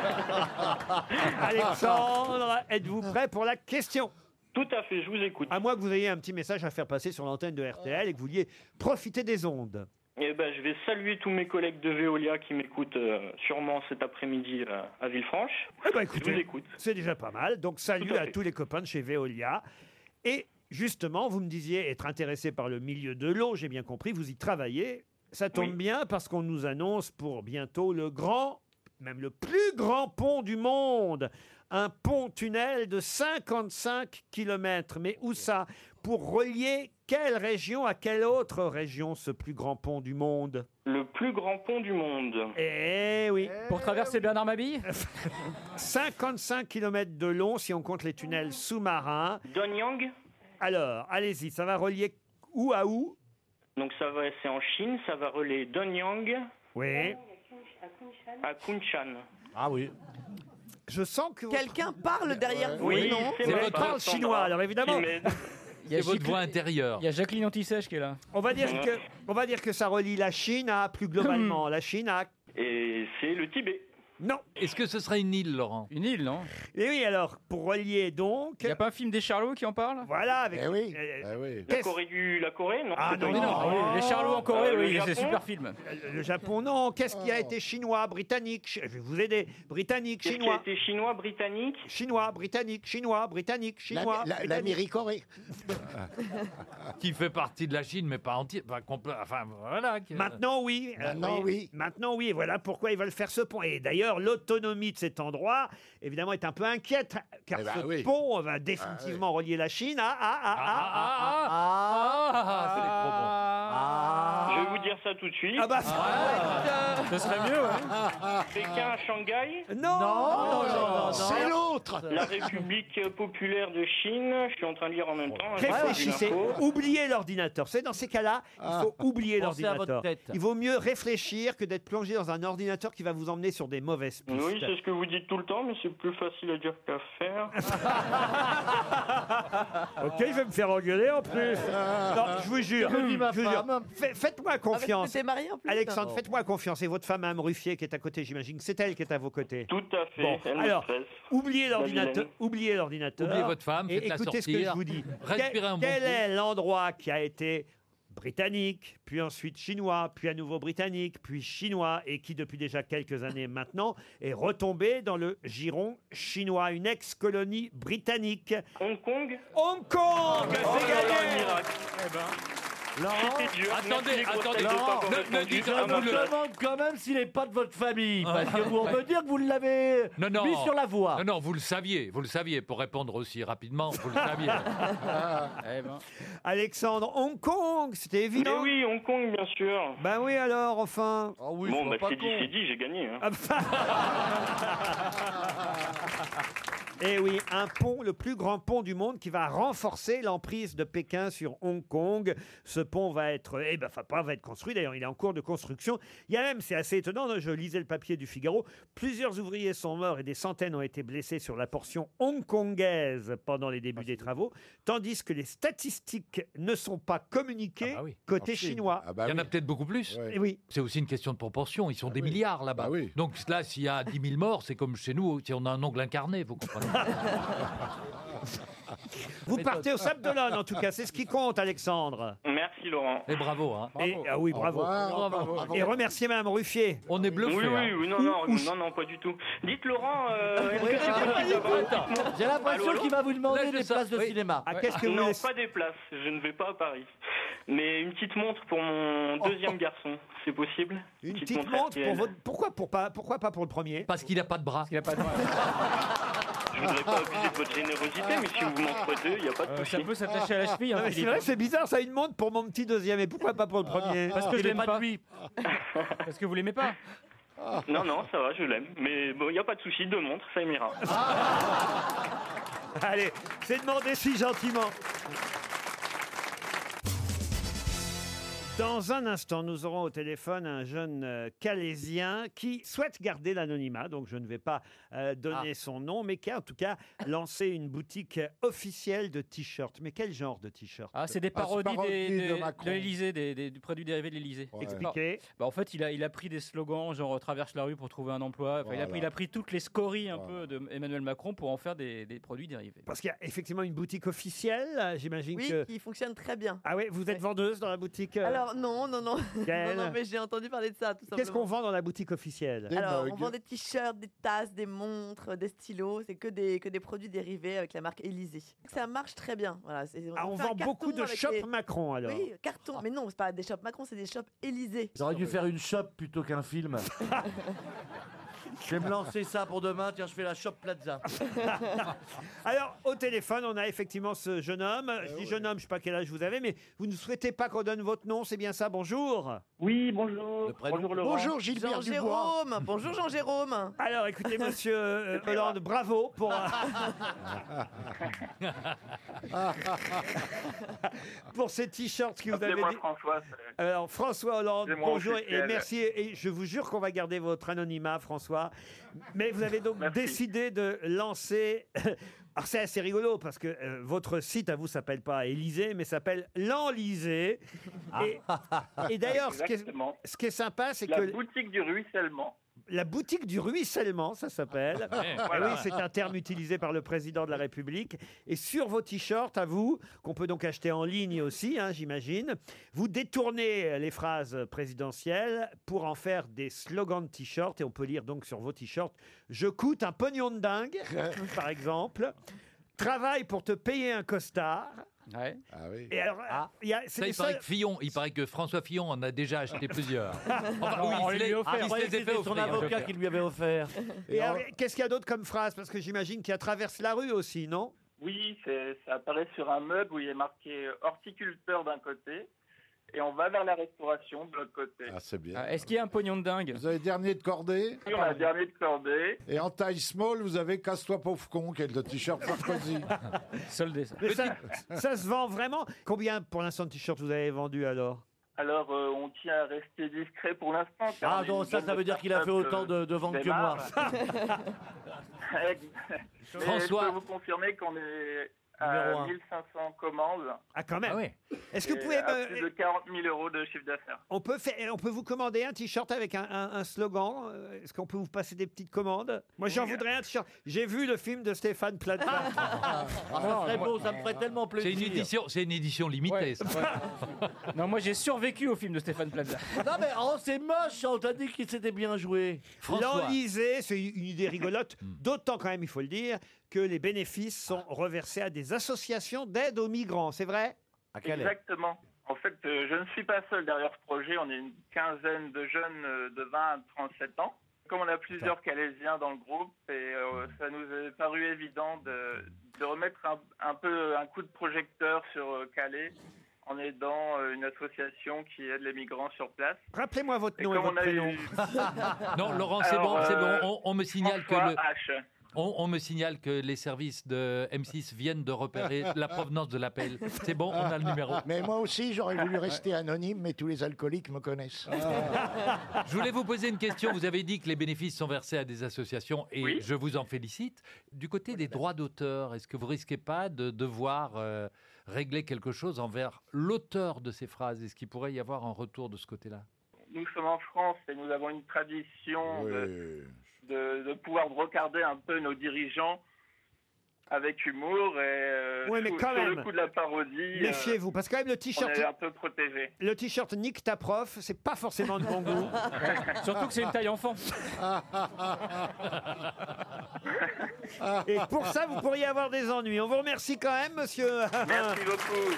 Alexandre, êtes-vous prêt pour la question? Tout à fait, je vous écoute. À moins que vous ayez un petit message à faire passer sur l'antenne de R T L et que vous vouliez profiter des ondes. Eh ben, je vais saluer tous mes collègues de Veolia qui m'écoutent euh, sûrement cet après-midi euh, à Villefranche. Eh ben, je écoutez, vous écoute. c'est déjà pas mal. Donc, salut Tout à à, fait. tous les copains de chez Veolia. Et justement, vous me disiez être intéressé par le milieu de l'eau, j'ai bien compris, vous y travaillez. Ça tombe Oui. bien parce qu'on nous annonce pour bientôt le grand, même le plus grand pont du monde. Un pont-tunnel de cinquante-cinq kilomètres. Mais où ça? Pour relier quelle région à quelle autre région, ce plus grand pont du monde? Le plus grand pont du monde. Eh oui. Pour traverser Bernard Mabille cinquante-cinq kilomètres de long si on compte les tunnels sous-marins. Donyang. Alors, allez-y, ça va relier où à où? Donc ça va, c'est en Chine, ça va relier Donyang Oui. à Kunshan. Ah oui. Je sens que... Quelqu'un parle derrière vous, Oui, non? c'est C'est vrai, votre parle Alexandra, chinois, alors évidemment. qui m'aide. Il y a C'est votre Jacqueline- voix intérieure. Il y a Jacqueline Antisèche qui est là. On va dire que, on va dire que ça relie la Chine à, plus globalement, la Chine à... Et c'est le Tibet. Non. Est-ce que ce serait une île, Laurent? Une île, non? Et oui, alors, pour relier donc... Il n'y a pas un film des Charlots qui en parle? Voilà, avec... Eh oui. euh, Ah oui. La Qu'est-ce- Corée du, la Corée, non? Ah c'est non, pas non, une- non, Oui, les Charlots en Corée, Euh, le oui, c'est Japon super film. Le, le Japon, non. Qu'est-ce qui a été chinois, britannique? Chi- Je vais vous aider. Britannique, Qu'est-ce qui a chinois. été chinois, britannique? Chinois, britannique, chinois, britannique, chinois. La- la- britannique. L'Amérique-Corée. Qui fait partie de la Chine, mais pas entière. Pas complet. Enfin, voilà. que- Maintenant, oui. Euh, Maintenant, oui. Maintenant, oui. Et voilà pourquoi ils veulent faire ce pont. Et d'ailleurs, l'autonomie de cet endroit, évidemment, est un peu inquiète, car Eh ben ce oui. pont va définitivement relier la Chine à... à, à, Ah, à, à, à- ah, ah, ah, c'est trop bon. Je vais vous dire ça tout de suite. Ah bah, Ce serait mieux, ouais. Pékin à Shanghai. non, non, non, non. C'est l'autre. La République populaire de Chine. Je suis en train de lire en même temps. hein, Réfléchissez, j'ai l'info. oubliez l'ordinateur. C'est dans ces cas-là, il faut oublier Pensez à l'ordinateur. votre tête. Il vaut mieux réfléchir que d'être plongé dans un ordinateur qui va vous emmener sur des mauvaises pistes. Oui, c'est ce que vous dites tout le temps, mais c'est plus facile à dire qu'à faire. Ok, je vais me faire engueuler en plus. Non, je vous jure. Que dit ma je vous jure. femme Fait- Faites-moi confiance. T'es marié en plus? Alexandre, faites-moi confiance. Et votre femme, Mme Ruffier, qui est à côté, j'imagine que c'est elle qui est à vos côtés. Tout à fait. Bon, Elle me alors, stresse. oubliez La l'ordinateur. vilaine. Oubliez l'ordinateur. Oubliez votre femme, Et faites-la écoutez ce que je sortir. vous dis. Respirez Quel, un bon quel coup. est l'endroit qui a été britannique, puis ensuite chinois, puis à nouveau britannique, puis chinois, et qui depuis déjà quelques années maintenant est retombé dans le giron chinois, une ex-colonie britannique. Hong Kong. Hong Kong, Oh c'est là là, gagné. miracle. C'était dur. Attendez, Merci les grosses attendez, têtes de pas Laurent, avoir ne- répondu. ne dites Je Ah, me vous le- demande quand même s'il n'est pas de votre famille, parce Ah. que vous, on peut dire que vous l'avez Non, non. mis sur la voie. Non, non, vous le saviez. Vous le saviez. Pour répondre aussi rapidement, vous le saviez. Eh ben. Alexandre, Hong Kong, c'était Mais évident. oui, Hong Kong, bien sûr. Ben oui alors, enfin. Ah oui, Bon, sois bah pas c'est dit, con. c'est dit, j'ai gagné. hein. Ah bah. Eh oui, un pont, le plus grand pont du monde qui va renforcer l'emprise de Pékin sur Hong Kong. Ce pont va être, eh ben, enfin pas va être construit, d'ailleurs il est en cours de construction. Il y a même, c'est assez étonnant, je lisais le papier du Figaro, plusieurs ouvriers sont morts et des centaines ont été blessés sur la portion hongkongaise pendant les débuts des travaux, tandis que les statistiques ne sont pas communiquées Ah bah oui. côté En Chine. chinois. Ah bah Il y en a oui. peut-être beaucoup plus. Ouais. Eh oui. C'est aussi une question de proportion. Ils sont des oui. milliards là-bas. Ah oui. Donc là, s'il y a dix mille morts, c'est comme chez nous, si on a un ongle incarné, vous comprenez. Vous partez au Sable d'Olonne en tout cas, c'est ce qui compte Alexandre. Merci Laurent. Et bravo, hein. Et, ah oui, Au bravo. revoir. Bravo. Et remerciez Mme Ruffier. On est Oui, bluffé. oui, hein. oui, non, non, non, non, pas du tout. Dites Laurent, euh, est-ce que c'est possible d'avoir un petit mot? J'ai l'impression Allô, allô qu'il va vous demander Là, je des sais. places de Oui. cinéma. Ah, qu'est-ce que vous Non, voulez pas des places, je ne vais pas à Paris. Mais une petite montre pour mon deuxième garçon, c'est possible? Une petite montre R T L. pour votre... Pourquoi, pour pas... Pourquoi pas pour le premier? Parce qu'il n'a pas de bras. Il a pas de Je voudrais pas abuser de votre générosité, mais si vous m'en ferez deux, il n'y a pas de Euh, souci. ça peut s'attacher à la cheville. Non, Hein, mais c'est Philippe. vrai, c'est bizarre, ça, une montre pour mon petit deuxième. Et pourquoi pas pour le premier? Parce que je Il est l'aime pas pas. de lui. Parce que vous l'aimez pas. Non, non, ça va, je l'aime. Mais bon, il n'y a pas de souci, deux montres, ça ira. Allez, c'est demandé si gentiment. Dans un instant, nous aurons au téléphone un jeune euh, Calaisien qui souhaite garder l'anonymat, donc je ne vais pas euh, donner son nom, mais qui a en tout cas lancé une boutique officielle de t-shirts. Mais quel genre de t-shirts? Ah, c'est des Ah, c'est parodies parodie des- de des- Macron. de l'Élysée, des, des- du produit dérivé de l'Élysée. Ouais. Expliquez. Bah, en fait, il a, il a pris des slogans, genre euh, traverse la rue pour trouver un emploi. Enfin, il, a Voilà. pris, il a pris toutes les scories un peu de Emmanuel Macron pour en faire des, des produits dérivés. Parce qu'il y a effectivement une boutique officielle, euh, j'imagine Oui, que... qui fonctionne très bien. Ah oui, vous êtes vendeuse dans la boutique euh, Alors non, non, non. Gaëlle non, non, mais j'ai entendu parler de ça, tout simplement. Qu'est-ce qu'on vend dans la boutique officielle? Alors, on vend des t-shirts, des tasses, des montres, des stylos. C'est que des, que des produits dérivés avec la marque Élysée. Ça marche très bien. Voilà, c'est- Ah, on fait vend un beaucoup carton de avec shops les- Macron, alors. Oui, carton. Mais non, c'est pas des shops Macron, c'est des shops Élysée. J'aurais dû faire une shop plutôt qu'un film. Je vais me lancer ça pour demain. Tiens, je fais la shop Plaza. Alors, au téléphone, on a effectivement ce jeune homme. Je dis jeune homme, je ne sais pas quel âge vous avez, mais vous ne souhaitez pas qu'on donne votre nom, c'est bien ça? Bonjour. Oui, bonjour. Bonjour Laurent. Bonjour Gilbert Dubois. Jean-Jérôme. Bonjour Jean-Jérôme. Alors, écoutez, monsieur euh, Hollande, bravo pour, euh, pour ces t-shirts que vous avez Appelez-moi dit. François. c'est- Alors, François Hollande, C'est mon bonjour et officiel. merci. Et je vous jure qu'on va garder votre anonymat, François. Mais vous avez donc décidé de lancer. Alors, c'est assez rigolo parce que euh, votre site à vous s'appelle pas Élysée, mais s'appelle l'Enlysée. Et, et d'ailleurs, ce qui est, Exactement. ce qui est sympa, c'est La que. boutique du ruissellement. La boutique du ruissellement, ça s'appelle. Ouais, Ah voilà. Oui, c'est un terme utilisé par le président de la République. Et sur vos t-shirts, à vous, qu'on peut donc acheter en ligne aussi, hein, j'imagine, vous détournez les phrases présidentielles pour en faire des slogans de t-shirts. Et on peut lire donc sur vos t-shirts « Je coûte un pognon de dingue », par exemple. « Travaille pour te payer un costard ». Ouais. Ah oui. Et alors, il y a- c'est Ça, les il paraît seuls- que Fillon, il paraît que François Fillon en a déjà acheté plusieurs. Enfin, Non, oui, on il les se lui les- a offert. il se Ah, les ouais, a fait C'était son offrir. avocat qui lui avait offert. Et alors, qu'est-ce qu'il y a d'autre comme phrase? Parce que j'imagine qu'il y a traverse la rue aussi, non? Oui, c'est- ça apparaît sur un meuble où il est marqué horticulteur d'un côté et on va vers la restauration de l'autre côté. Ah, c'est bien. Ah, Est-ce qu'il y a un pognon de dingue? Vous avez dernier de cordée Oui, on a le dernier de cordée. et en taille small, vous avez Casse-toi pauvre con, qui est le t-shirt Sarkozy. Soldé, ça. Mais ça, ça se vend vraiment? Combien pour l'instant de t-shirts vous avez vendu alors? Alors, euh, on tient à rester discret pour l'instant. car Ah on est non, une ça, jeune ça veut dire qu'il a fait start-up, autant de, de ventes que moi. démarre. Mais François. je peux vous confirmer qu'on est Numéro à un. mille cinq cents commandes. Ah, quand même. Ah ouais. Est-ce que vous et pouvez à me- plus de quarante mille euros de chiffre d'affaires. on peut faire, on peut vous commander un t-shirt avec un, un- un slogan. euh, Est-ce qu'on peut vous passer des petites commandes? Moi, j'en voudrais un t-shirt. J'ai vu le film de Stéphane Plaza. Ah, ça serait beau, ça me ferait tellement C'est plaisir. une édition, c'est une édition limitée. Ouais. ça. Non, moi j'ai survécu au film de Stéphane Plaza. Non mais oh, c'est moche, on t'a dit qu'il s'était bien joué. François. L'Enlysée, c'est une idée rigolote. D'autant quand même, il faut le dire, que les bénéfices sont reversés à des associations d'aide aux migrants. C'est vrai? À Calais. Exactement. En fait, euh, je ne suis pas seul derrière ce projet. On est une quinzaine de jeunes euh, de vingt à trente-sept ans. Comme on a plusieurs Calaisiens dans le groupe, et euh, ça nous est paru évident de, de remettre un, un peu un coup de projecteur sur euh, Calais en aidant euh, une association qui aide les migrants sur place. Rappelez-moi votre Et nom et comme votre on a prénom. eu- Non, Laurent, c'est Alors, bon, c'est bon. euh, On, on me signale que François le, H. on, on me signale que les services de M six viennent de repérer la provenance de l'appel. C'est bon, on a le numéro. Mais moi aussi, j'aurais voulu rester anonyme, mais tous les alcooliques me connaissent. Je voulais vous poser une question. Vous avez dit que les bénéfices sont versés à des associations et Oui. je vous en félicite. Du côté des droits d'auteur, est-ce que vous risquez pas de devoir euh, régler quelque chose envers l'auteur de ces phrases? Est-ce qu'il pourrait y avoir un retour de ce côté-là? Nous sommes en France et nous avons une tradition de, Oui. de, de pouvoir regarder un peu nos dirigeants avec humour et euh, Oui, mais sous- quand sur même, le coup de la parodie, euh, Méfiez-vous, parce que quand même le on t-shirt, est un peu protégé. le t-shirt nique ta prof, c'est pas forcément de bon goût. Surtout que c'est une taille enfant. Et pour ça, vous pourriez avoir des ennuis. On vous remercie quand même, monsieur. Merci beaucoup.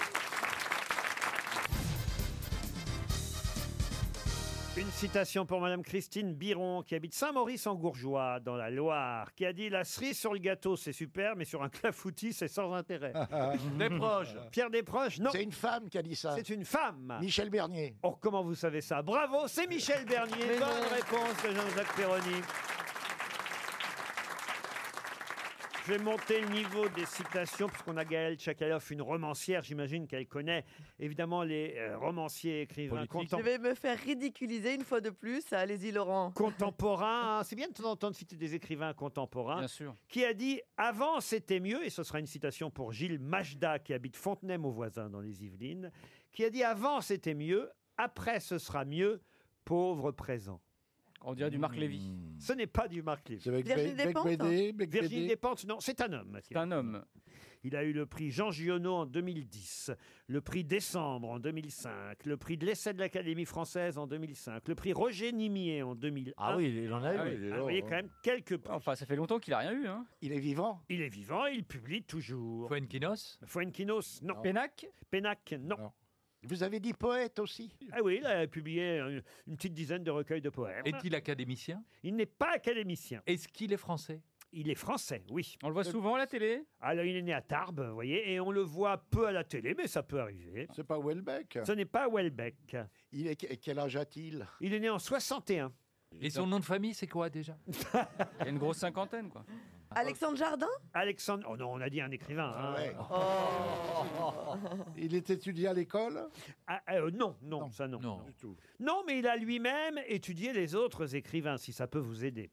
Une citation pour Madame Christine Biron, qui habite Saint-Maurice-en-Gourgeois, dans la Loire, qui a dit « La cerise sur le gâteau, c'est super, mais sur un clafoutis, c'est sans intérêt. » Desproges. Pierre Desproges, non. C'est une femme qui a dit ça. C'est une femme. Michel Bernier. Oh, comment vous savez ça? Bravo, c'est Michel Bernier. Bonne réponse de Jean-Jacques Perroni. Je vais monter le niveau des citations, puisqu'on a Gaëlle Tchakaloff, une romancière. J'imagine qu'elle connaît évidemment les euh, romanciers, écrivains Je contemporains. vais me faire ridiculiser une fois de plus. Allez-y, Laurent. Contemporain, hein. C'est bien de temps en temps de citer des écrivains contemporains. Bien sûr. Qui a dit « Avant, c'était mieux », et ce sera une citation pour Gilles Majda, qui habite Fontenay-Mauvoisin dans les Yvelines, qui a dit « Avant, c'était mieux, après, ce sera mieux, pauvre présent ». On dirait du Marc Lévy. Ce n'est pas du Marc Lévy. C'est avec Virginie Bec- Despentes Becbédé, Becbédé. Virginie Despentes, non, c'est un homme. C'est un homme. Il a eu le prix Jean Giono en deux mille dix, le prix Décembre en deux mille cinq, le prix de l'essai de l'Académie française en deux mille cinq, le prix Roger Nimier en deux mille un. Ah oui, il en a eu. Ah oui, il est ah, là, vous voyez hein. quand même quelques prix. Enfin, ça fait longtemps qu'il a rien eu. Hein. Il est vivant. Il est vivant, il publie toujours. Fuenquinos Fuenquinos, non. Pénac Pénac, non. Vous avez dit poète aussi. Ah oui, il a publié une, une petite dizaine de recueils de poèmes. Est-il académicien? Il n'est pas académicien. Est-ce qu'il est français? Il est français, oui. On le voit souvent à la télé? Alors, il est né à Tarbes, vous voyez, et on le voit peu à la télé, mais ça peut arriver. C'est pas Welbeck. Ce n'est pas Welbeck. Il est, quel âge a-t-il? Il est né en soixante et un. Et son nom de famille, c'est quoi déjà? Il y a une grosse cinquantaine, quoi. Alexandre Jardin? Alexandre... Oh non, on a dit un écrivain. hein. Ouais. Oh. Il est étudié à l'école? Ah, euh, non, non, ça non. Non. Du tout. Non, mais il a lui-même étudié les autres écrivains, si ça peut vous aider.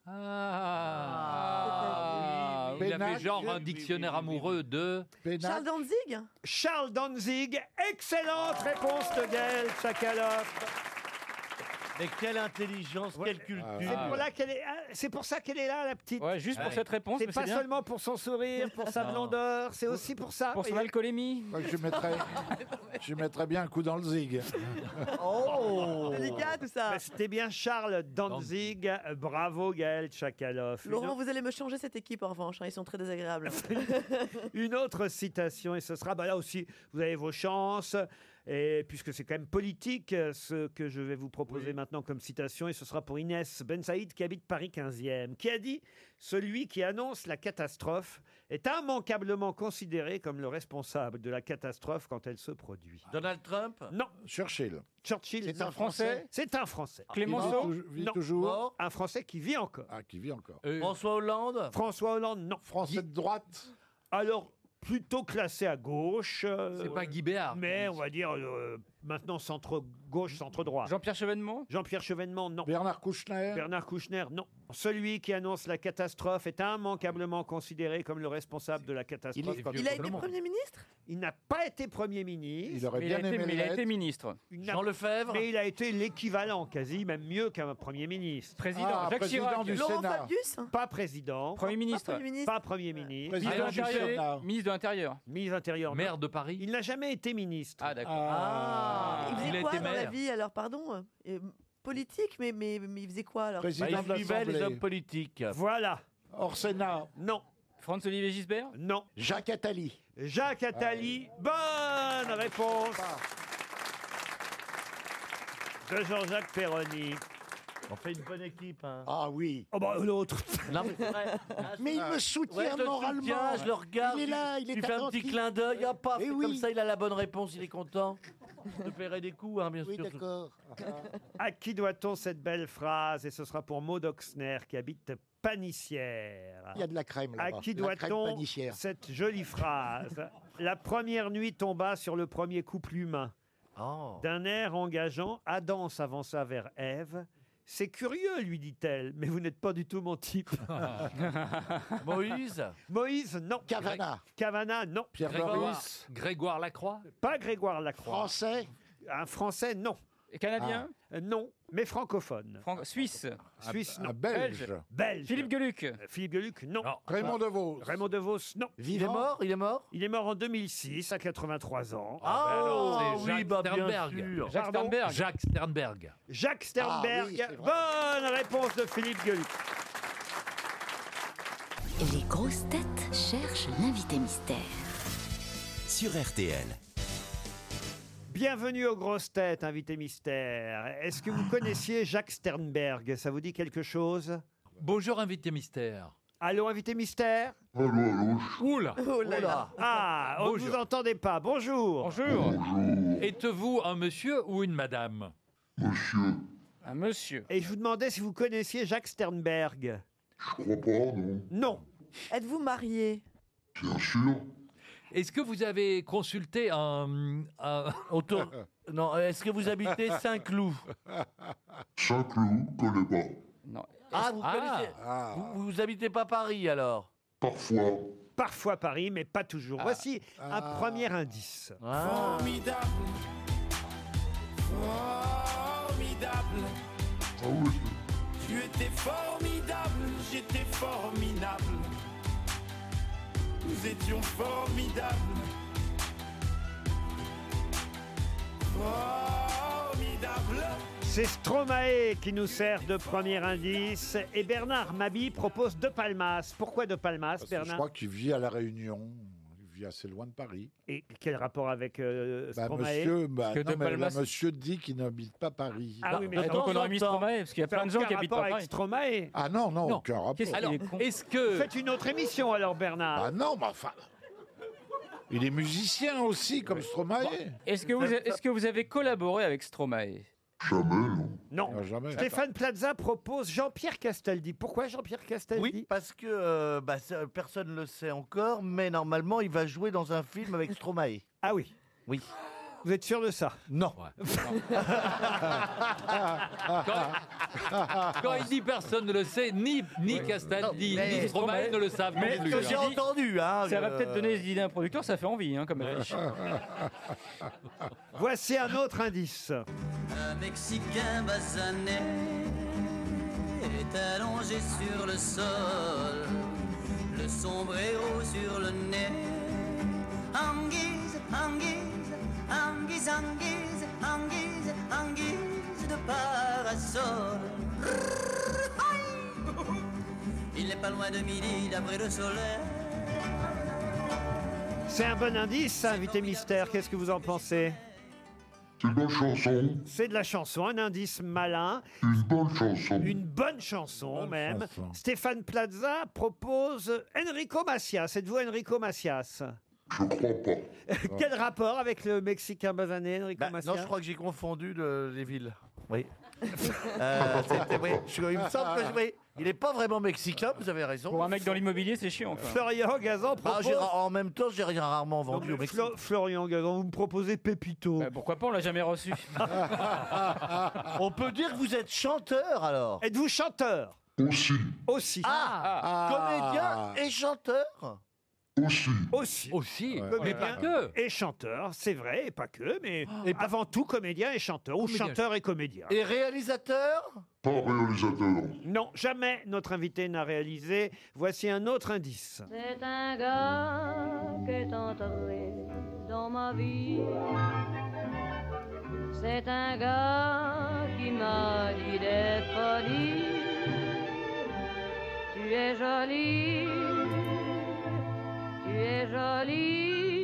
Ah, oui. Il Pénac. avait genre un dictionnaire amoureux de... Charles Pénac. Danzig? Charles Danzig, excellente réponse de Gaël Tchakaloff. Mais quelle intelligence, quelle culture. C'est pour, là qu'elle est- ah, c'est pour ça qu'elle est là, la petite. Ouais, juste pour Ouais. cette réponse, C'est mais pas c'est bien. seulement pour son sourire, pour sa Non. blondeur, c'est aussi pour ça. Pour son Et- alcoolémie. Moi, je mettrais, je mettrais bien un coup dans le zig. Oh Délicat, tout ça. Mais C'était bien Charles Danzig. Euh, Bravo Gaël Tchakaloff. Une Laurent, autre- vous allez me changer cette équipe en revanche. hein, Ils sont très désagréables. Une autre citation, et ce sera, bah là aussi, vous avez vos chances, et puisque c'est quand même politique, euh, ce que je vais vous proposer maintenant comme citation, et ce sera pour Inès Ben Saïd, qui habite Paris quinzième, qui a dit « Celui qui annonce la catastrophe est immanquablement considéré comme le responsable de la catastrophe quand elle se produit. Donald Trump » Non. Churchill. Churchill. C'est non. un Français. C'est un Français. Clémenceau? Il vit tou- vit Non. toujours. Mort Un Français qui vit encore. Ah, qui vit encore. Euh, François Hollande François Hollande, non. Français de droite. Alors, plutôt classé à gauche. euh, c'est pas Guy Béard. Mais on va dire euh, maintenant centre-gauche, centre-droit. Jean-Pierre Chevènement? Jean-Pierre Chevènement, non. Bernard Kouchner. Bernard Kouchner, non. Celui qui annonce la catastrophe est immanquablement considéré comme le responsable de la catastrophe. Il est- quand Il a été Absolument. Premier ministre? Il n'a pas été Premier ministre. Il aurait Mais il, a bien été, aimé mais il a été l'être. ministre. Il n'a- Jean Lefebvre Mais il a été l'équivalent, quasi, même mieux qu'un Premier ministre. Président. Ah, Jacques président Chirac. du Laurent Sénat. Fabius? Pas président. Premier ministre. Premier ministre. Pas Premier ministre. Président Ministre de du l'Intérieur. Sénat. Ministre de l'Intérieur. Ministre intérieur. non. Maire de Paris. Il n'a jamais été ministre. Ah, d'accord. Ah. Il faisait Il a quoi été dans la maire. vie alors, pardon euh, Politique, mais, mais, mais il faisait quoi alors? Président Bah, de il suivait les l'Assemblée. hommes politiques. Voilà. Hors Sénat. Non. Franz-Olivier Gisbert? Non. Jacques Attali. Jacques Attali. Bonne réponse de Jean-Jacques Perroni. On fait une bonne équipe. Hein. Ah oui. Oh bah l'autre. Non, mais c'est vrai. Mais il me Ouais, soutient je le moralement. soutiens, je le regarde. Il est là, tu- il est Tu fais un petit attentif. clin d'œil, ah, paf, Eh et oui. comme ça il a la bonne réponse, il est content. Je te paierai des coups, hein, bien Oui, sûr. d'accord. À qui doit-on cette belle phrase? Et ce sera pour Maud Oxner qui habite Panissière. Il y a de la crème À là-bas. qui La crème doit-on panichière. cette jolie phrase? La première nuit tomba sur le premier couple humain. Oh. D'un air engageant, Adam s'avança vers Ève. C'est curieux, lui dit-elle, mais vous n'êtes pas du tout mon type. Moïse Moïse, non. Cavana. Cavana, non. Pierre Grégoire, Doris. Grégoire Lacroix. Pas Grégoire Lacroix. Français. Un Français, non. Et Canadien? Euh, Non, mais francophone. Fran- Suisse? Suisse, Un non. Belge. Belge. Belge. Philippe Gueluc? Euh, Philippe Gueluc, non. Non. Raymond DeVos. Raymond DeVos, non. Il est Vivant. mort Il est mort Il est mort en deux mille six, à quatre-vingt-trois ans. Ah, ben non, c'est oui, Jacques bah bien Sternberg. sûr. Jacques Pardon Sternberg? Jacques Sternberg. Jacques Sternberg. Ah oui, c'est vrai. Bonne réponse de Philippe Gueluc. Les grosses têtes cherchent l'invité mystère. Sur R T L. Bienvenue aux grosses têtes, invité mystère. Est-ce que vous connaissiez Jacques Sternberg? Ça vous dit quelque chose? Bonjour, invité mystère. Allô, invité mystère? Oula. Oh là là. Ah, on ne Bonjour. vous entendez pas. Bonjour. Bonjour. Êtes-vous un monsieur ou une madame? Un monsieur. Et je vous demandais si vous connaissiez Jacques Sternberg. Je crois pas, non. Non. Êtes-vous marié? Bien sûr. Est-ce que vous avez consulté un... un... Auto... Non, est-ce que vous habitez Saint-Cloud? Saint-Cloud, connais pas. Non. Ah, vous Ah. connaissez... Ah. Vous, vous habitez pas Paris, alors? Parfois. Parfois Paris, mais pas toujours. Voici un Ah. premier indice. Ah. Formidable. Formidable. Ah oui. Tu étais formidable, j'étais formidable. Nous étions formidables. Formidable. C'est Stromae qui nous sert de premier indice. Et Bernard Mabie propose De Palmas. Pourquoi De Palmas, Parce que je Bernard? crois qu'il vit à La Réunion. Il vit assez loin de Paris. Et quel rapport avec euh, Bah, Stromae? monsieur, bah, Parce que non, De mais là, Palmas- monsieur dit qu'il n'habite pas Paris. Ah oui, mais Donc on aurait mis Stromae, parce qu'il y a plein de gens qui habitent pas avec Paris. Stromae. Ah non, non, Non. aucun rapport. Qu'est-ce qu'il Alors, est con. est-ce que... Faites une autre émission alors, Bernard. Ah non, mais enfin... Il est musicien aussi, comme Stromae. Est-ce que, vous a- est-ce que vous avez collaboré avec Stromae? Jamais, non. Non. Ah, jamais. Stéphane Plaza propose Jean-Pierre Castaldi. Pourquoi Jean-Pierre Castaldi? Oui, parce que euh, bah, ça, personne ne le sait encore, mais normalement, il va jouer dans un film avec Stromae. Ah oui. Oui. Vous êtes sûr de ça? Non. Quand il dit personne ne le sait, ni, ni Castaldi, mais- ni Stromae ne le savent non Mais plus. ce que hein. j'ai entendu, hein. Ça je- va peut-être donner des idées à un producteur, ça fait envie, hein, comme affiche. Voici un autre indice. Un Mexicain basané est allongé sur le sol, le sombrero sur le nez. Anguise, anguise, anguise, anguise, anguise, anguise de parasol. Il n'est pas loin de midi d'après le soleil. C'est un bon indice, ça, invité mystère. Qu'est-ce que vous en pensez? C'est une bonne chanson. C'est de la chanson, un indice malin. Une bonne chanson. Une bonne chanson, Bonne même. chanson. Stéphane Plaza propose Enrico Macias. Êtes-vous Enrico Macias? Je crois pas. Quel rapport avec le Mexicain basané, Enrico Bah, Macias? non, je crois que j'ai confondu le- les villes. Oui. Euh, c'était- oui, je- il me semble que je- oui. Il n'est pas vraiment mexicain, vous avez raison. Pour un mec dans l'immobilier, c'est chiant. quoi. Florian Gazan Ah, propose... j'ai ra- en même temps, j'ai rien rarement Non, vendu mais au Mexique. Flo- Florian Gazan, vous me proposez Pépito. Bah, pourquoi pas, on l'a jamais reçu. On peut dire que vous êtes chanteur alors. Êtes-vous chanteur? Aussi. Aussi. Ah, Ah. comédien et chanteur. Aussi. Aussi. Aussi, Ouais. mais pas que. Et chanteur, c'est vrai, et pas que, mais avant tout comédien et chanteur, ou Comédien. chanteur et comédien. Et réalisateur. Pas réalisateur. Non, jamais notre invité n'a réalisé. Voici un autre indice. C'est un gars qui est entré dans ma vie. C'est un gars qui m'a dit des folies. Tu es jolie, tu es jolie.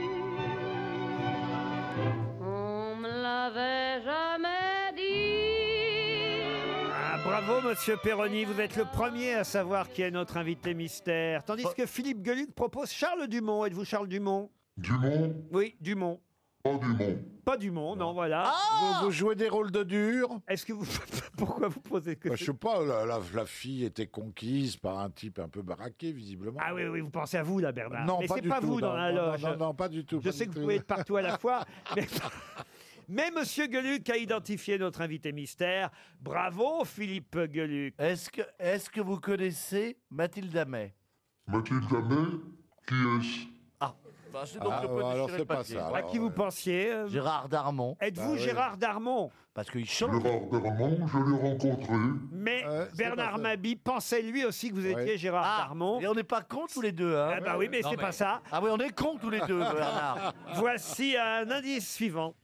On me l'avait jamais dit. Ah, bravo, monsieur Perroni, vous êtes le premier à savoir qui est notre invité mystère. Tandis que Philippe Gueluc propose Charles Dumont. Êtes-vous Charles Dumont? Dumont. Oui, Dumont. Pas Dumont. Pas Dumont, non, voilà. Vous, vous jouez des rôles de dur? Est-ce que vous... Pourquoi vous posez que Bah, je sais pas, la, la- la fille était conquise par un type un peu baraqué, visiblement. Ah oui, oui, vous pensez à vous, là, Bernard. Non, mais pas c'est du pas tout, vous non, dans la non, loge. non, non, non, pas du tout, Je pas sais du que tout. vous pouvez être partout à la fois, mais... Mais monsieur Gueluc a identifié notre invité mystère. Bravo, Philippe Gueluc. Est-ce que, est-ce que vous connaissez Mathilde Amet? Mathilde Amet. Qui est-ce? Ah, bah, c'est donc Ah, le ouais, petit alors Cyril c'est pas Paquet. ça, À qui vous pensiez euh, Gérard Darmon. Êtes-vous Bah oui. Gérard Darmon? Parce qu'il chante. Gérard Darmon, je l'ai rencontré. Mais Euh, c'est Bernard pas ça. Mabie pensait lui aussi que vous étiez Ouais. Gérard Ah, Darmon. et on n'est pas cons tous les deux, hein? Ah bah oui, mais Non, c'est mais- pas ça. Ah oui, on est cons tous les deux, Bernard. Voici un indice suivant.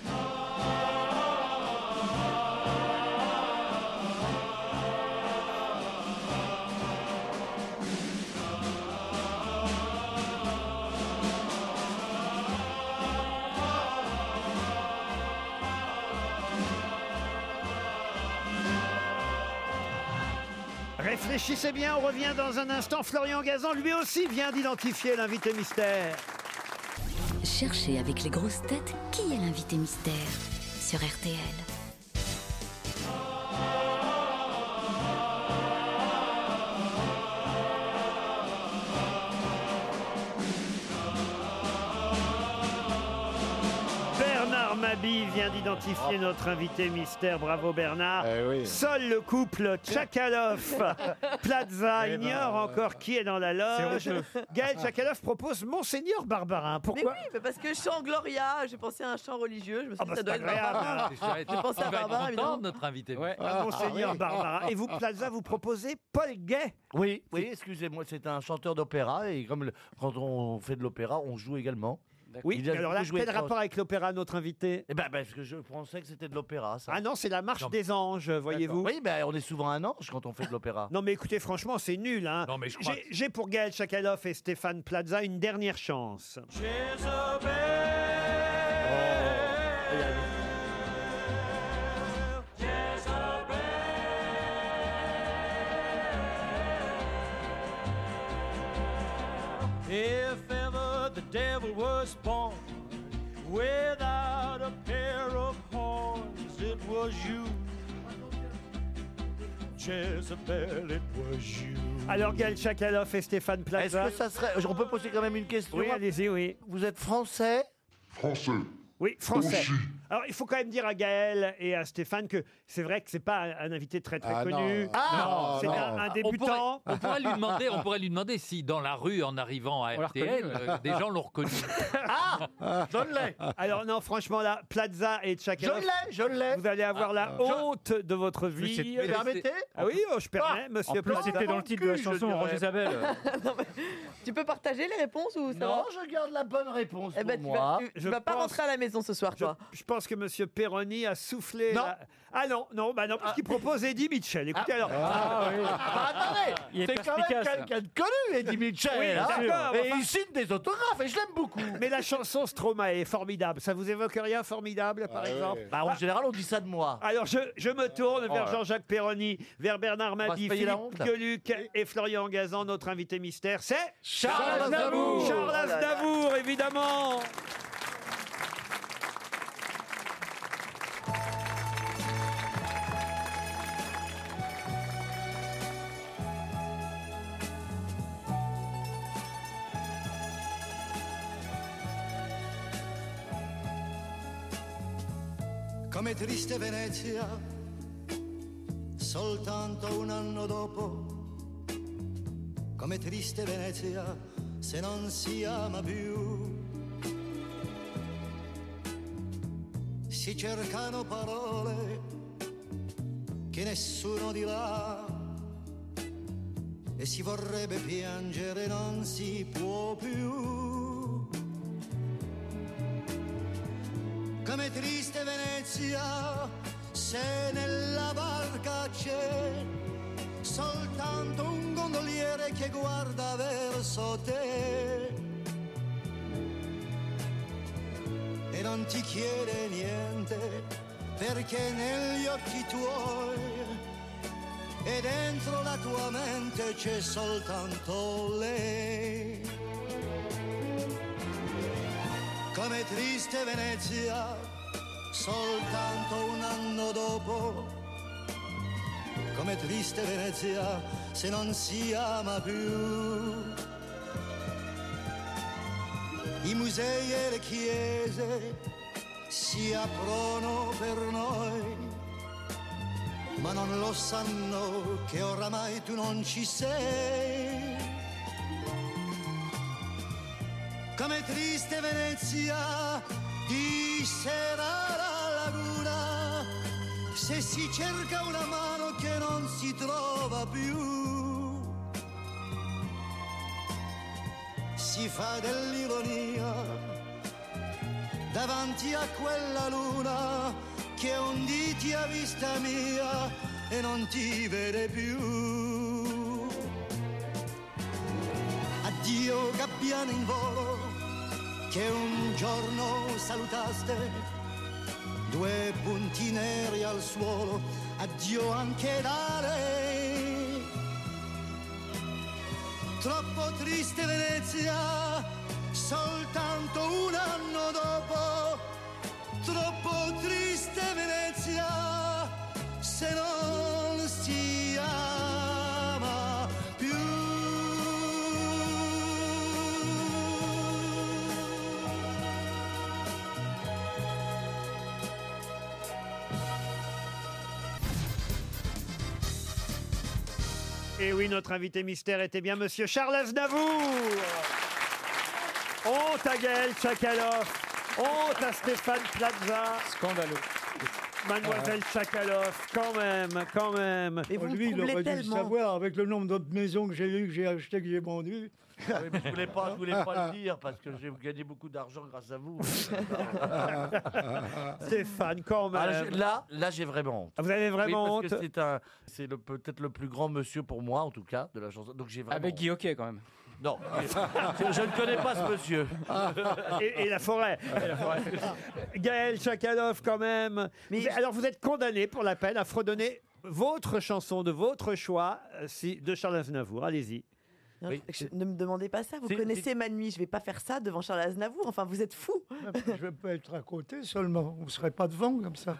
Réfléchissez bien, on revient dans un instant. Florian Gazan, lui aussi, vient d'identifier l'invité mystère. Cherchez avec les grosses têtes qui est l'invité mystère sur R T L. Mabille vient d'identifier notre invité mystère. Bravo Bernard. Eh Seul le couple Tchakaloff-Plaza Eh ben, ignore encore qui est dans la loge. C'est honteux. Gaël Tchakaloff propose Monseigneur Barbarin. Pourquoi? Mais oui, mais parce que chant Gloria, j'ai pensé à un chant religieux. Je me suis Ah dit, bah, ça c'est doit être agréable, Barbarin. hein. C'est chouette. J'ai pensé à Il va être Barbarin, content, évidemment. notre invité. Ah, Monseigneur oui. Barbarin. Et vous, Plaza, vous proposez Paul Gay. Oui, oui, excusez-moi, c'est un chanteur d'opéra et comme le- quand on fait de l'opéra, on joue également. Oui, Il a mais alors là, beaucoup joué quel de- rapport avec l'opéra, notre invité? Eh ben, parce que je pensais que c'était de l'opéra, ça. Ah non, c'est la marche des anges, voyez-vous. Oui, ben on est souvent un ange quand on fait de l'opéra. Non mais écoutez, franchement, c'est nul. Hein. Non, mais je crois J'ai j'ai pour Gaël Tchakaloff et Stéphane Plaza une dernière chance. If ever the devil was born without a pair of horns, it was you. Jezebel, it was you. Alors Gaël Tchakaloff et Stéphane Est-ce Plaza. que ça serait. On peut poser quand même une question. Oui, allez-y, oui. Vous êtes français? Français. Oui, français. Aussi. Alors, il faut quand même dire à Gaël et à Stéphane que c'est vrai que c'est pas un, un invité très très Ah, connu. non. Non, c'est non. un, un On débutant. pourrait, on pourrait lui demander, on pourrait lui demander si dans la rue, en arrivant à On l'a R T L, reconnu, euh, des gens l'ont reconnu. Ah, je l'ai. Alors non, franchement là, Plaza et Je Tchakaloff, l'ai, je l'ai. vous allez avoir la honte de votre vie. c'est- Vous permettez? Ah oui, oh, je permets, En monsieur plus, Plaza. c'était dans le titre de la cul, je chanson dirais. Orange Isabelle. Non, mais tu peux partager les réponses ou ça Non, va je garde la bonne réponse Eh ben, pour tu vas, moi. tu- tu Je vas pas pense- rentrer à la maison ce soir, Je, toi. je pense que monsieur Perroni a soufflé. Non. la- Ah non, non, bah non, parce qu'il propose Eddie Mitchell. Écoutez alors. Ah oui. Ah, attendez, Il est c'est quand même perspicace. quelqu'un de connu, Eddie Mitchell. Oui, hein. d'accord, Et enfin- il signe des autographes et je l'aime beaucoup. Mais la chanson Stromae est formidable. Ça vous évoque rien formidable, par Ah, exemple? ouais. Bah, en général, on dit ça de moi. Alors je, je me tourne vers Oh. Jean-Jacques Perroni, vers Bernard va Mabie, se payer la Philippe honte. Gueluc et Florian Gazan. Notre invité mystère, c'est Charles Aznavour. Charles Aznavour, évidemment. Come triste Venezia, soltanto un anno dopo. Come triste Venezia, se non si ama più. Si cercano parole che nessuno dirà e si vorrebbe piangere, non si può più. Come triste Venezia, se nella barca c'è soltanto un gondoliere che guarda verso te e non ti chiede niente, perché negli occhi tuoi e dentro la tua mente c'è soltanto lei. Come triste Venezia, soltanto un anno dopo. Come triste Venezia, se non si ama più. I musei e le chiese si aprono per noi, ma non lo sanno che oramai tu non ci sei. Come triste Venezia, di sera la laguna, se si cerca una mano che non si trova più. Si fa dell'ironia davanti a quella luna che un dì ti ha vista mia e non ti vede più. Addio gabbiano in volo che un giorno salutaste, due punti neri al suolo, addio anche da lei. Troppo triste Venezia, soltanto un anno dopo. Troppo triste Venezia, se non si ama più. Et oui, notre invité mystère était bien Monsieur Charles Aznavour. Honte à Gaël Tchakaloff. Honte à Stéphane Plaza. Scandaleux. Mademoiselle Tchakaloff, quand même, quand même. Oh, lui, il aurait dû le savoir avec le nombre d'autres maisons que j'ai eues, que j'ai achetées, que j'ai vendues. Oui, mais je voulais pas, je voulais pas le dire parce que j'ai gagné beaucoup d'argent grâce à vous. Stéphane, quand même. Ah, je- là, là, j'ai vraiment honte. Ah, vous avez vraiment Oui, parce honte que c'est un, c'est le- peut-être le plus grand monsieur pour moi, en tout cas, de la chanson. Donc j'ai vraiment. Avec Guy Hockey, quand même. Non, je, je ne connais pas ce monsieur. Et, et la forêt. Gaël Tchakaloff, quand même. Vous- alors, vous êtes condamné pour la peine à fredonner votre chanson de votre choix euh, si, de Charles Aznavour. Allez-y. Non, je- ne me demandez pas ça. Vous C'est- connaissez ma nuit. Je vais pas faire ça devant Charles Aznavour. Enfin, vous êtes fou. Je vais pas être à côté seulement. Vous ne serez pas devant comme ça.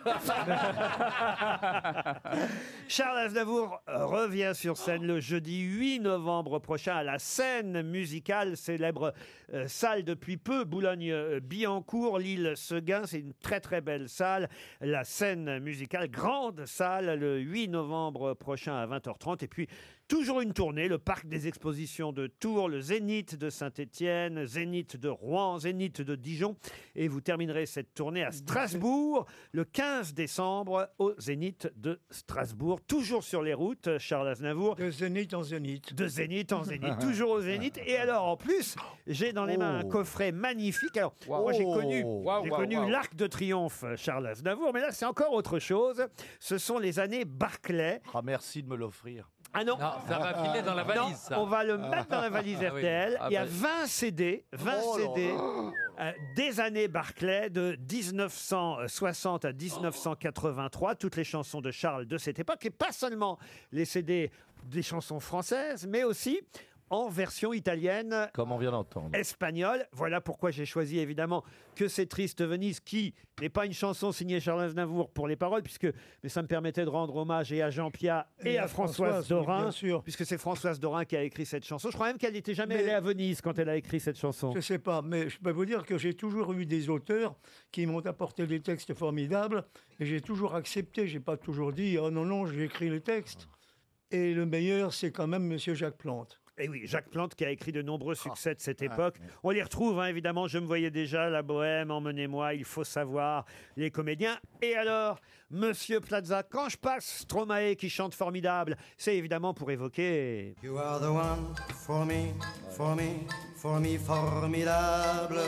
Charles Aznavour revient sur scène le jeudi huit novembre prochain à la Scène musicale, célèbre euh, salle depuis peu, Boulogne-Billancourt, l'île Seguin. C'est une très très belle salle. La Scène musicale, grande salle, le huit novembre prochain à vingt heures trente. Et puis, toujours une tournée, le parc des expositions de Tours, le Zénith de Saint-Étienne, Zénith de Rouen, Zénith de Dijon. Et vous terminerez cette tournée à Strasbourg le quinze décembre au Zénith de Strasbourg. Toujours sur les routes, Charles Aznavour. De zénith en zénith. De zénith en zénith, toujours au Zénith. Et alors, en plus, j'ai dans les mains un Oh. coffret magnifique. Alors, Wow. moi, j'ai connu, Wow, j'ai wow, connu wow. l'Arc de Triomphe, Charles Aznavour, mais là, c'est encore autre chose. Ce sont les années Barclay. Ah, merci de me l'offrir. Ah non, Non, ça va filer dans la valise, Non, ça. on va le mettre dans la valise Ah oui. R T L. Ah Il y a bah. vingt C D, vingt Oh là C D là. euh, des années Barclay de dix-neuf cent soixante à dix-neuf cent quatre-vingt-trois, toutes les chansons de Charles de cette époque, et pas seulement les C D des chansons françaises, mais aussi en version italienne, Comme on vient d'entendre. espagnole. Voilà pourquoi j'ai choisi évidemment Que c'est triste Venise, qui n'est pas une chanson signée Charles Aznavour pour les paroles, puisque mais ça me permettait de rendre hommage et à Jean Pia et, à Françoise, oui, Dorin, bien sûr. puisque c'est Françoise Dorin qui a écrit cette chanson. Je crois même qu'elle n'était jamais Mais- allée à Venise quand elle a écrit cette chanson. Je ne sais pas, mais je peux vous dire que j'ai toujours eu des auteurs qui m'ont apporté des textes formidables et j'ai toujours accepté. J'ai pas toujours dit oh non non, j'ai écrit les textes. Et le meilleur, c'est quand même Monsieur Jacques Plante. Et oui, Jacques Plante qui a écrit de nombreux Ah. succès de cette époque. On les retrouve, hein, évidemment. Je me voyais déjà, La Bohème, Emmenez-moi, Il faut savoir, les comédiens. Et alors, Monsieur Plaza, quand je passe Stromae qui chante formidable, c'est évidemment pour évoquer... You are the one for me, for me, for me formidable.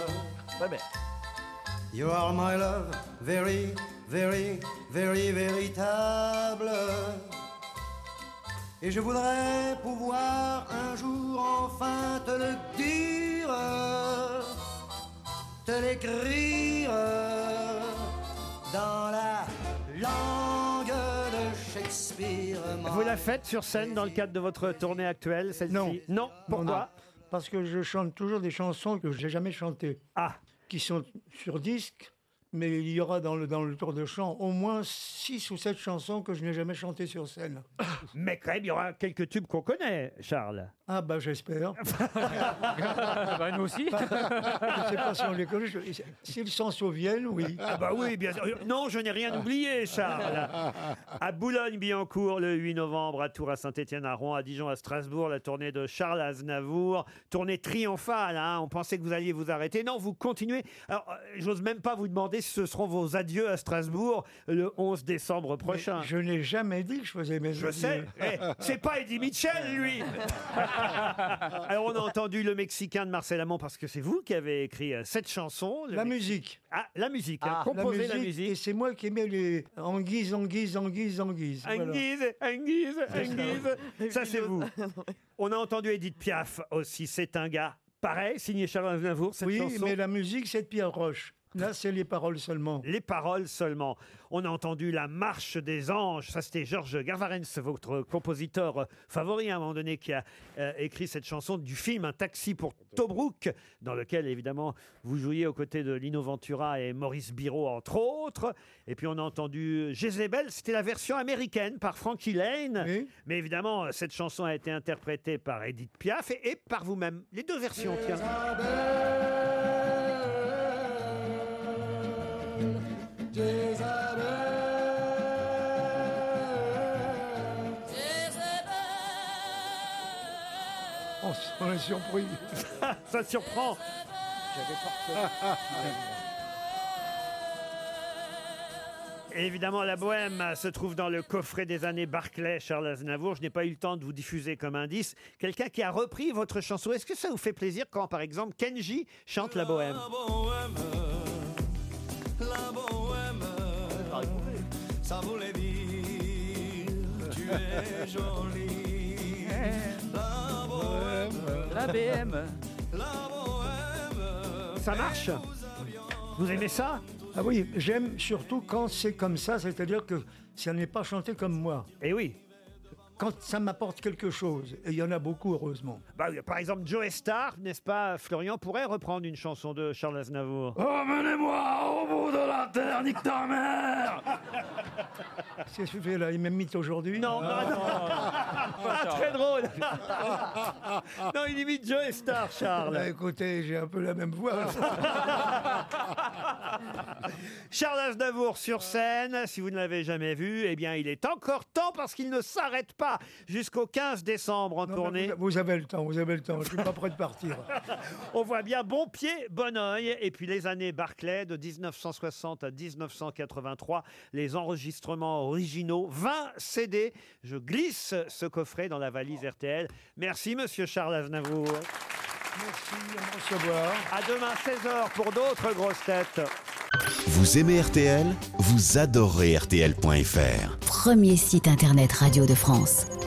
You are my love, very, very, very véritable. Et je voudrais pouvoir un jour enfin te le dire, te l'écrire dans la langue de Shakespeare. Vous la faites sur scène dans le cadre de votre tournée actuelle, celle-ci? Non. Non. Pourquoi? Parce que je chante toujours des chansons que j'ai jamais chantées. Ah. Qui sont sur disque, mais il y aura dans le, dans le tour de chant au moins six ou sept chansons que je n'ai jamais chantées sur scène. Mais quand même, il y aura quelques tubes qu'on connaît, Charles. Ah bah j'espère. Bah, nous aussi. Je ne sais pas si on les connaît. je- S'ils s'en souviennent, oui. Ah bah oui, bien sûr. Non, je n'ai rien oublié, Charles. À Boulogne-Billancourt, le huit novembre, à Tours, à Saint-Étienne, à Rouen, à Dijon, à Strasbourg, la tournée de Charles Aznavour. Tournée triomphale, hein. On pensait que vous alliez vous arrêter. Non, vous continuez. Alors, euh, j'ose même pas vous demander si ce seront vos adieux à Strasbourg le onze décembre prochain. Je n'ai jamais dit que je faisais mes Je adieux. sais. Eh, c'est pas Eddie Mitchell, lui. Alors, on a entendu le Mexicain de Marcel Amont parce que c'est vous qui avez écrit euh, cette chanson. Le La Mex- musique. Ah, la musique. hein. Ah, Composé la Et musique. c'est moi qui mets les anguilles, anguilles, anguilles, anguilles. Voilà. Anguise, Anguise, C'est ça. Anguise. Ça, c'est vous. On a entendu Edith Piaf aussi. C'est un gars pareil, signé Charles Aznavour, cette Oui, chanson. mais la musique, c'est de Pierre Roche. Là, c'est les paroles seulement. Les paroles seulement. On a entendu La Marche des Anges. Ça, c'était Georges Garvarens, votre compositeur favori à un moment donné, qui a euh, écrit cette chanson du film Un taxi pour Tobruk, dans lequel, évidemment, vous jouiez aux côtés de Lino Ventura et Maurice Biro, entre autres. Et puis, on a entendu Jezebel. C'était la version américaine par Frankie Lane. Mais évidemment, cette chanson a été interprétée par Edith Piaf et, et par vous-même. Les deux versions, tiens. On est surpris. Ça surprend. Et évidemment, la bohème se trouve dans le coffret des années Barclay, Charles Aznavour. Je n'ai pas eu le temps de vous diffuser comme indice quelqu'un qui a repris votre chanson. Est-ce que ça vous fait plaisir quand, par exemple, Kenji chante la bohème? La bohème, ça voulait dire tu es jolie. La bohème, La B M. la bohème. Ça marche? Vous aimez ça? Ah oui, j'aime surtout quand c'est comme ça, c'est-à-dire que ça n'est pas chanté comme moi. Eh oui. Quand ça m'apporte quelque chose, et il y en a beaucoup, heureusement. Bah, par exemple, Joe Star, n'est-ce pas, Florian, pourrait reprendre une chanson de Charles Aznavour. Emmenez-moi au bout de la terre, nique ta mère. C'est ce que fait là, il m'imite aujourd'hui. Non, non, non. Ah, très drôle. Non, il imite Joe Star, Charles. Bah, écoutez, j'ai un peu la même voix. Charles Aznavour sur scène, si vous ne l'avez jamais vu, eh bien, il est encore temps parce qu'il ne s'arrête pas jusqu'au quinze décembre en Non, tournée. Vous, vous avez le temps, vous avez le temps. Je suis pas prêt de partir. On voit bien bon pied, bon oeil. Et puis les années Barclay de dix-neuf cent soixante à dix-neuf cent quatre-vingt-trois, les enregistrements originaux, vingt C D. Je glisse ce coffret dans la valise R T L. Merci, monsieur Charles Aznavour. Merci de me recevoir. À demain, seize heures, pour d'autres grosses têtes. Vous aimez R T L? Vous adorez R T L point F R. Premier site internet radio de France.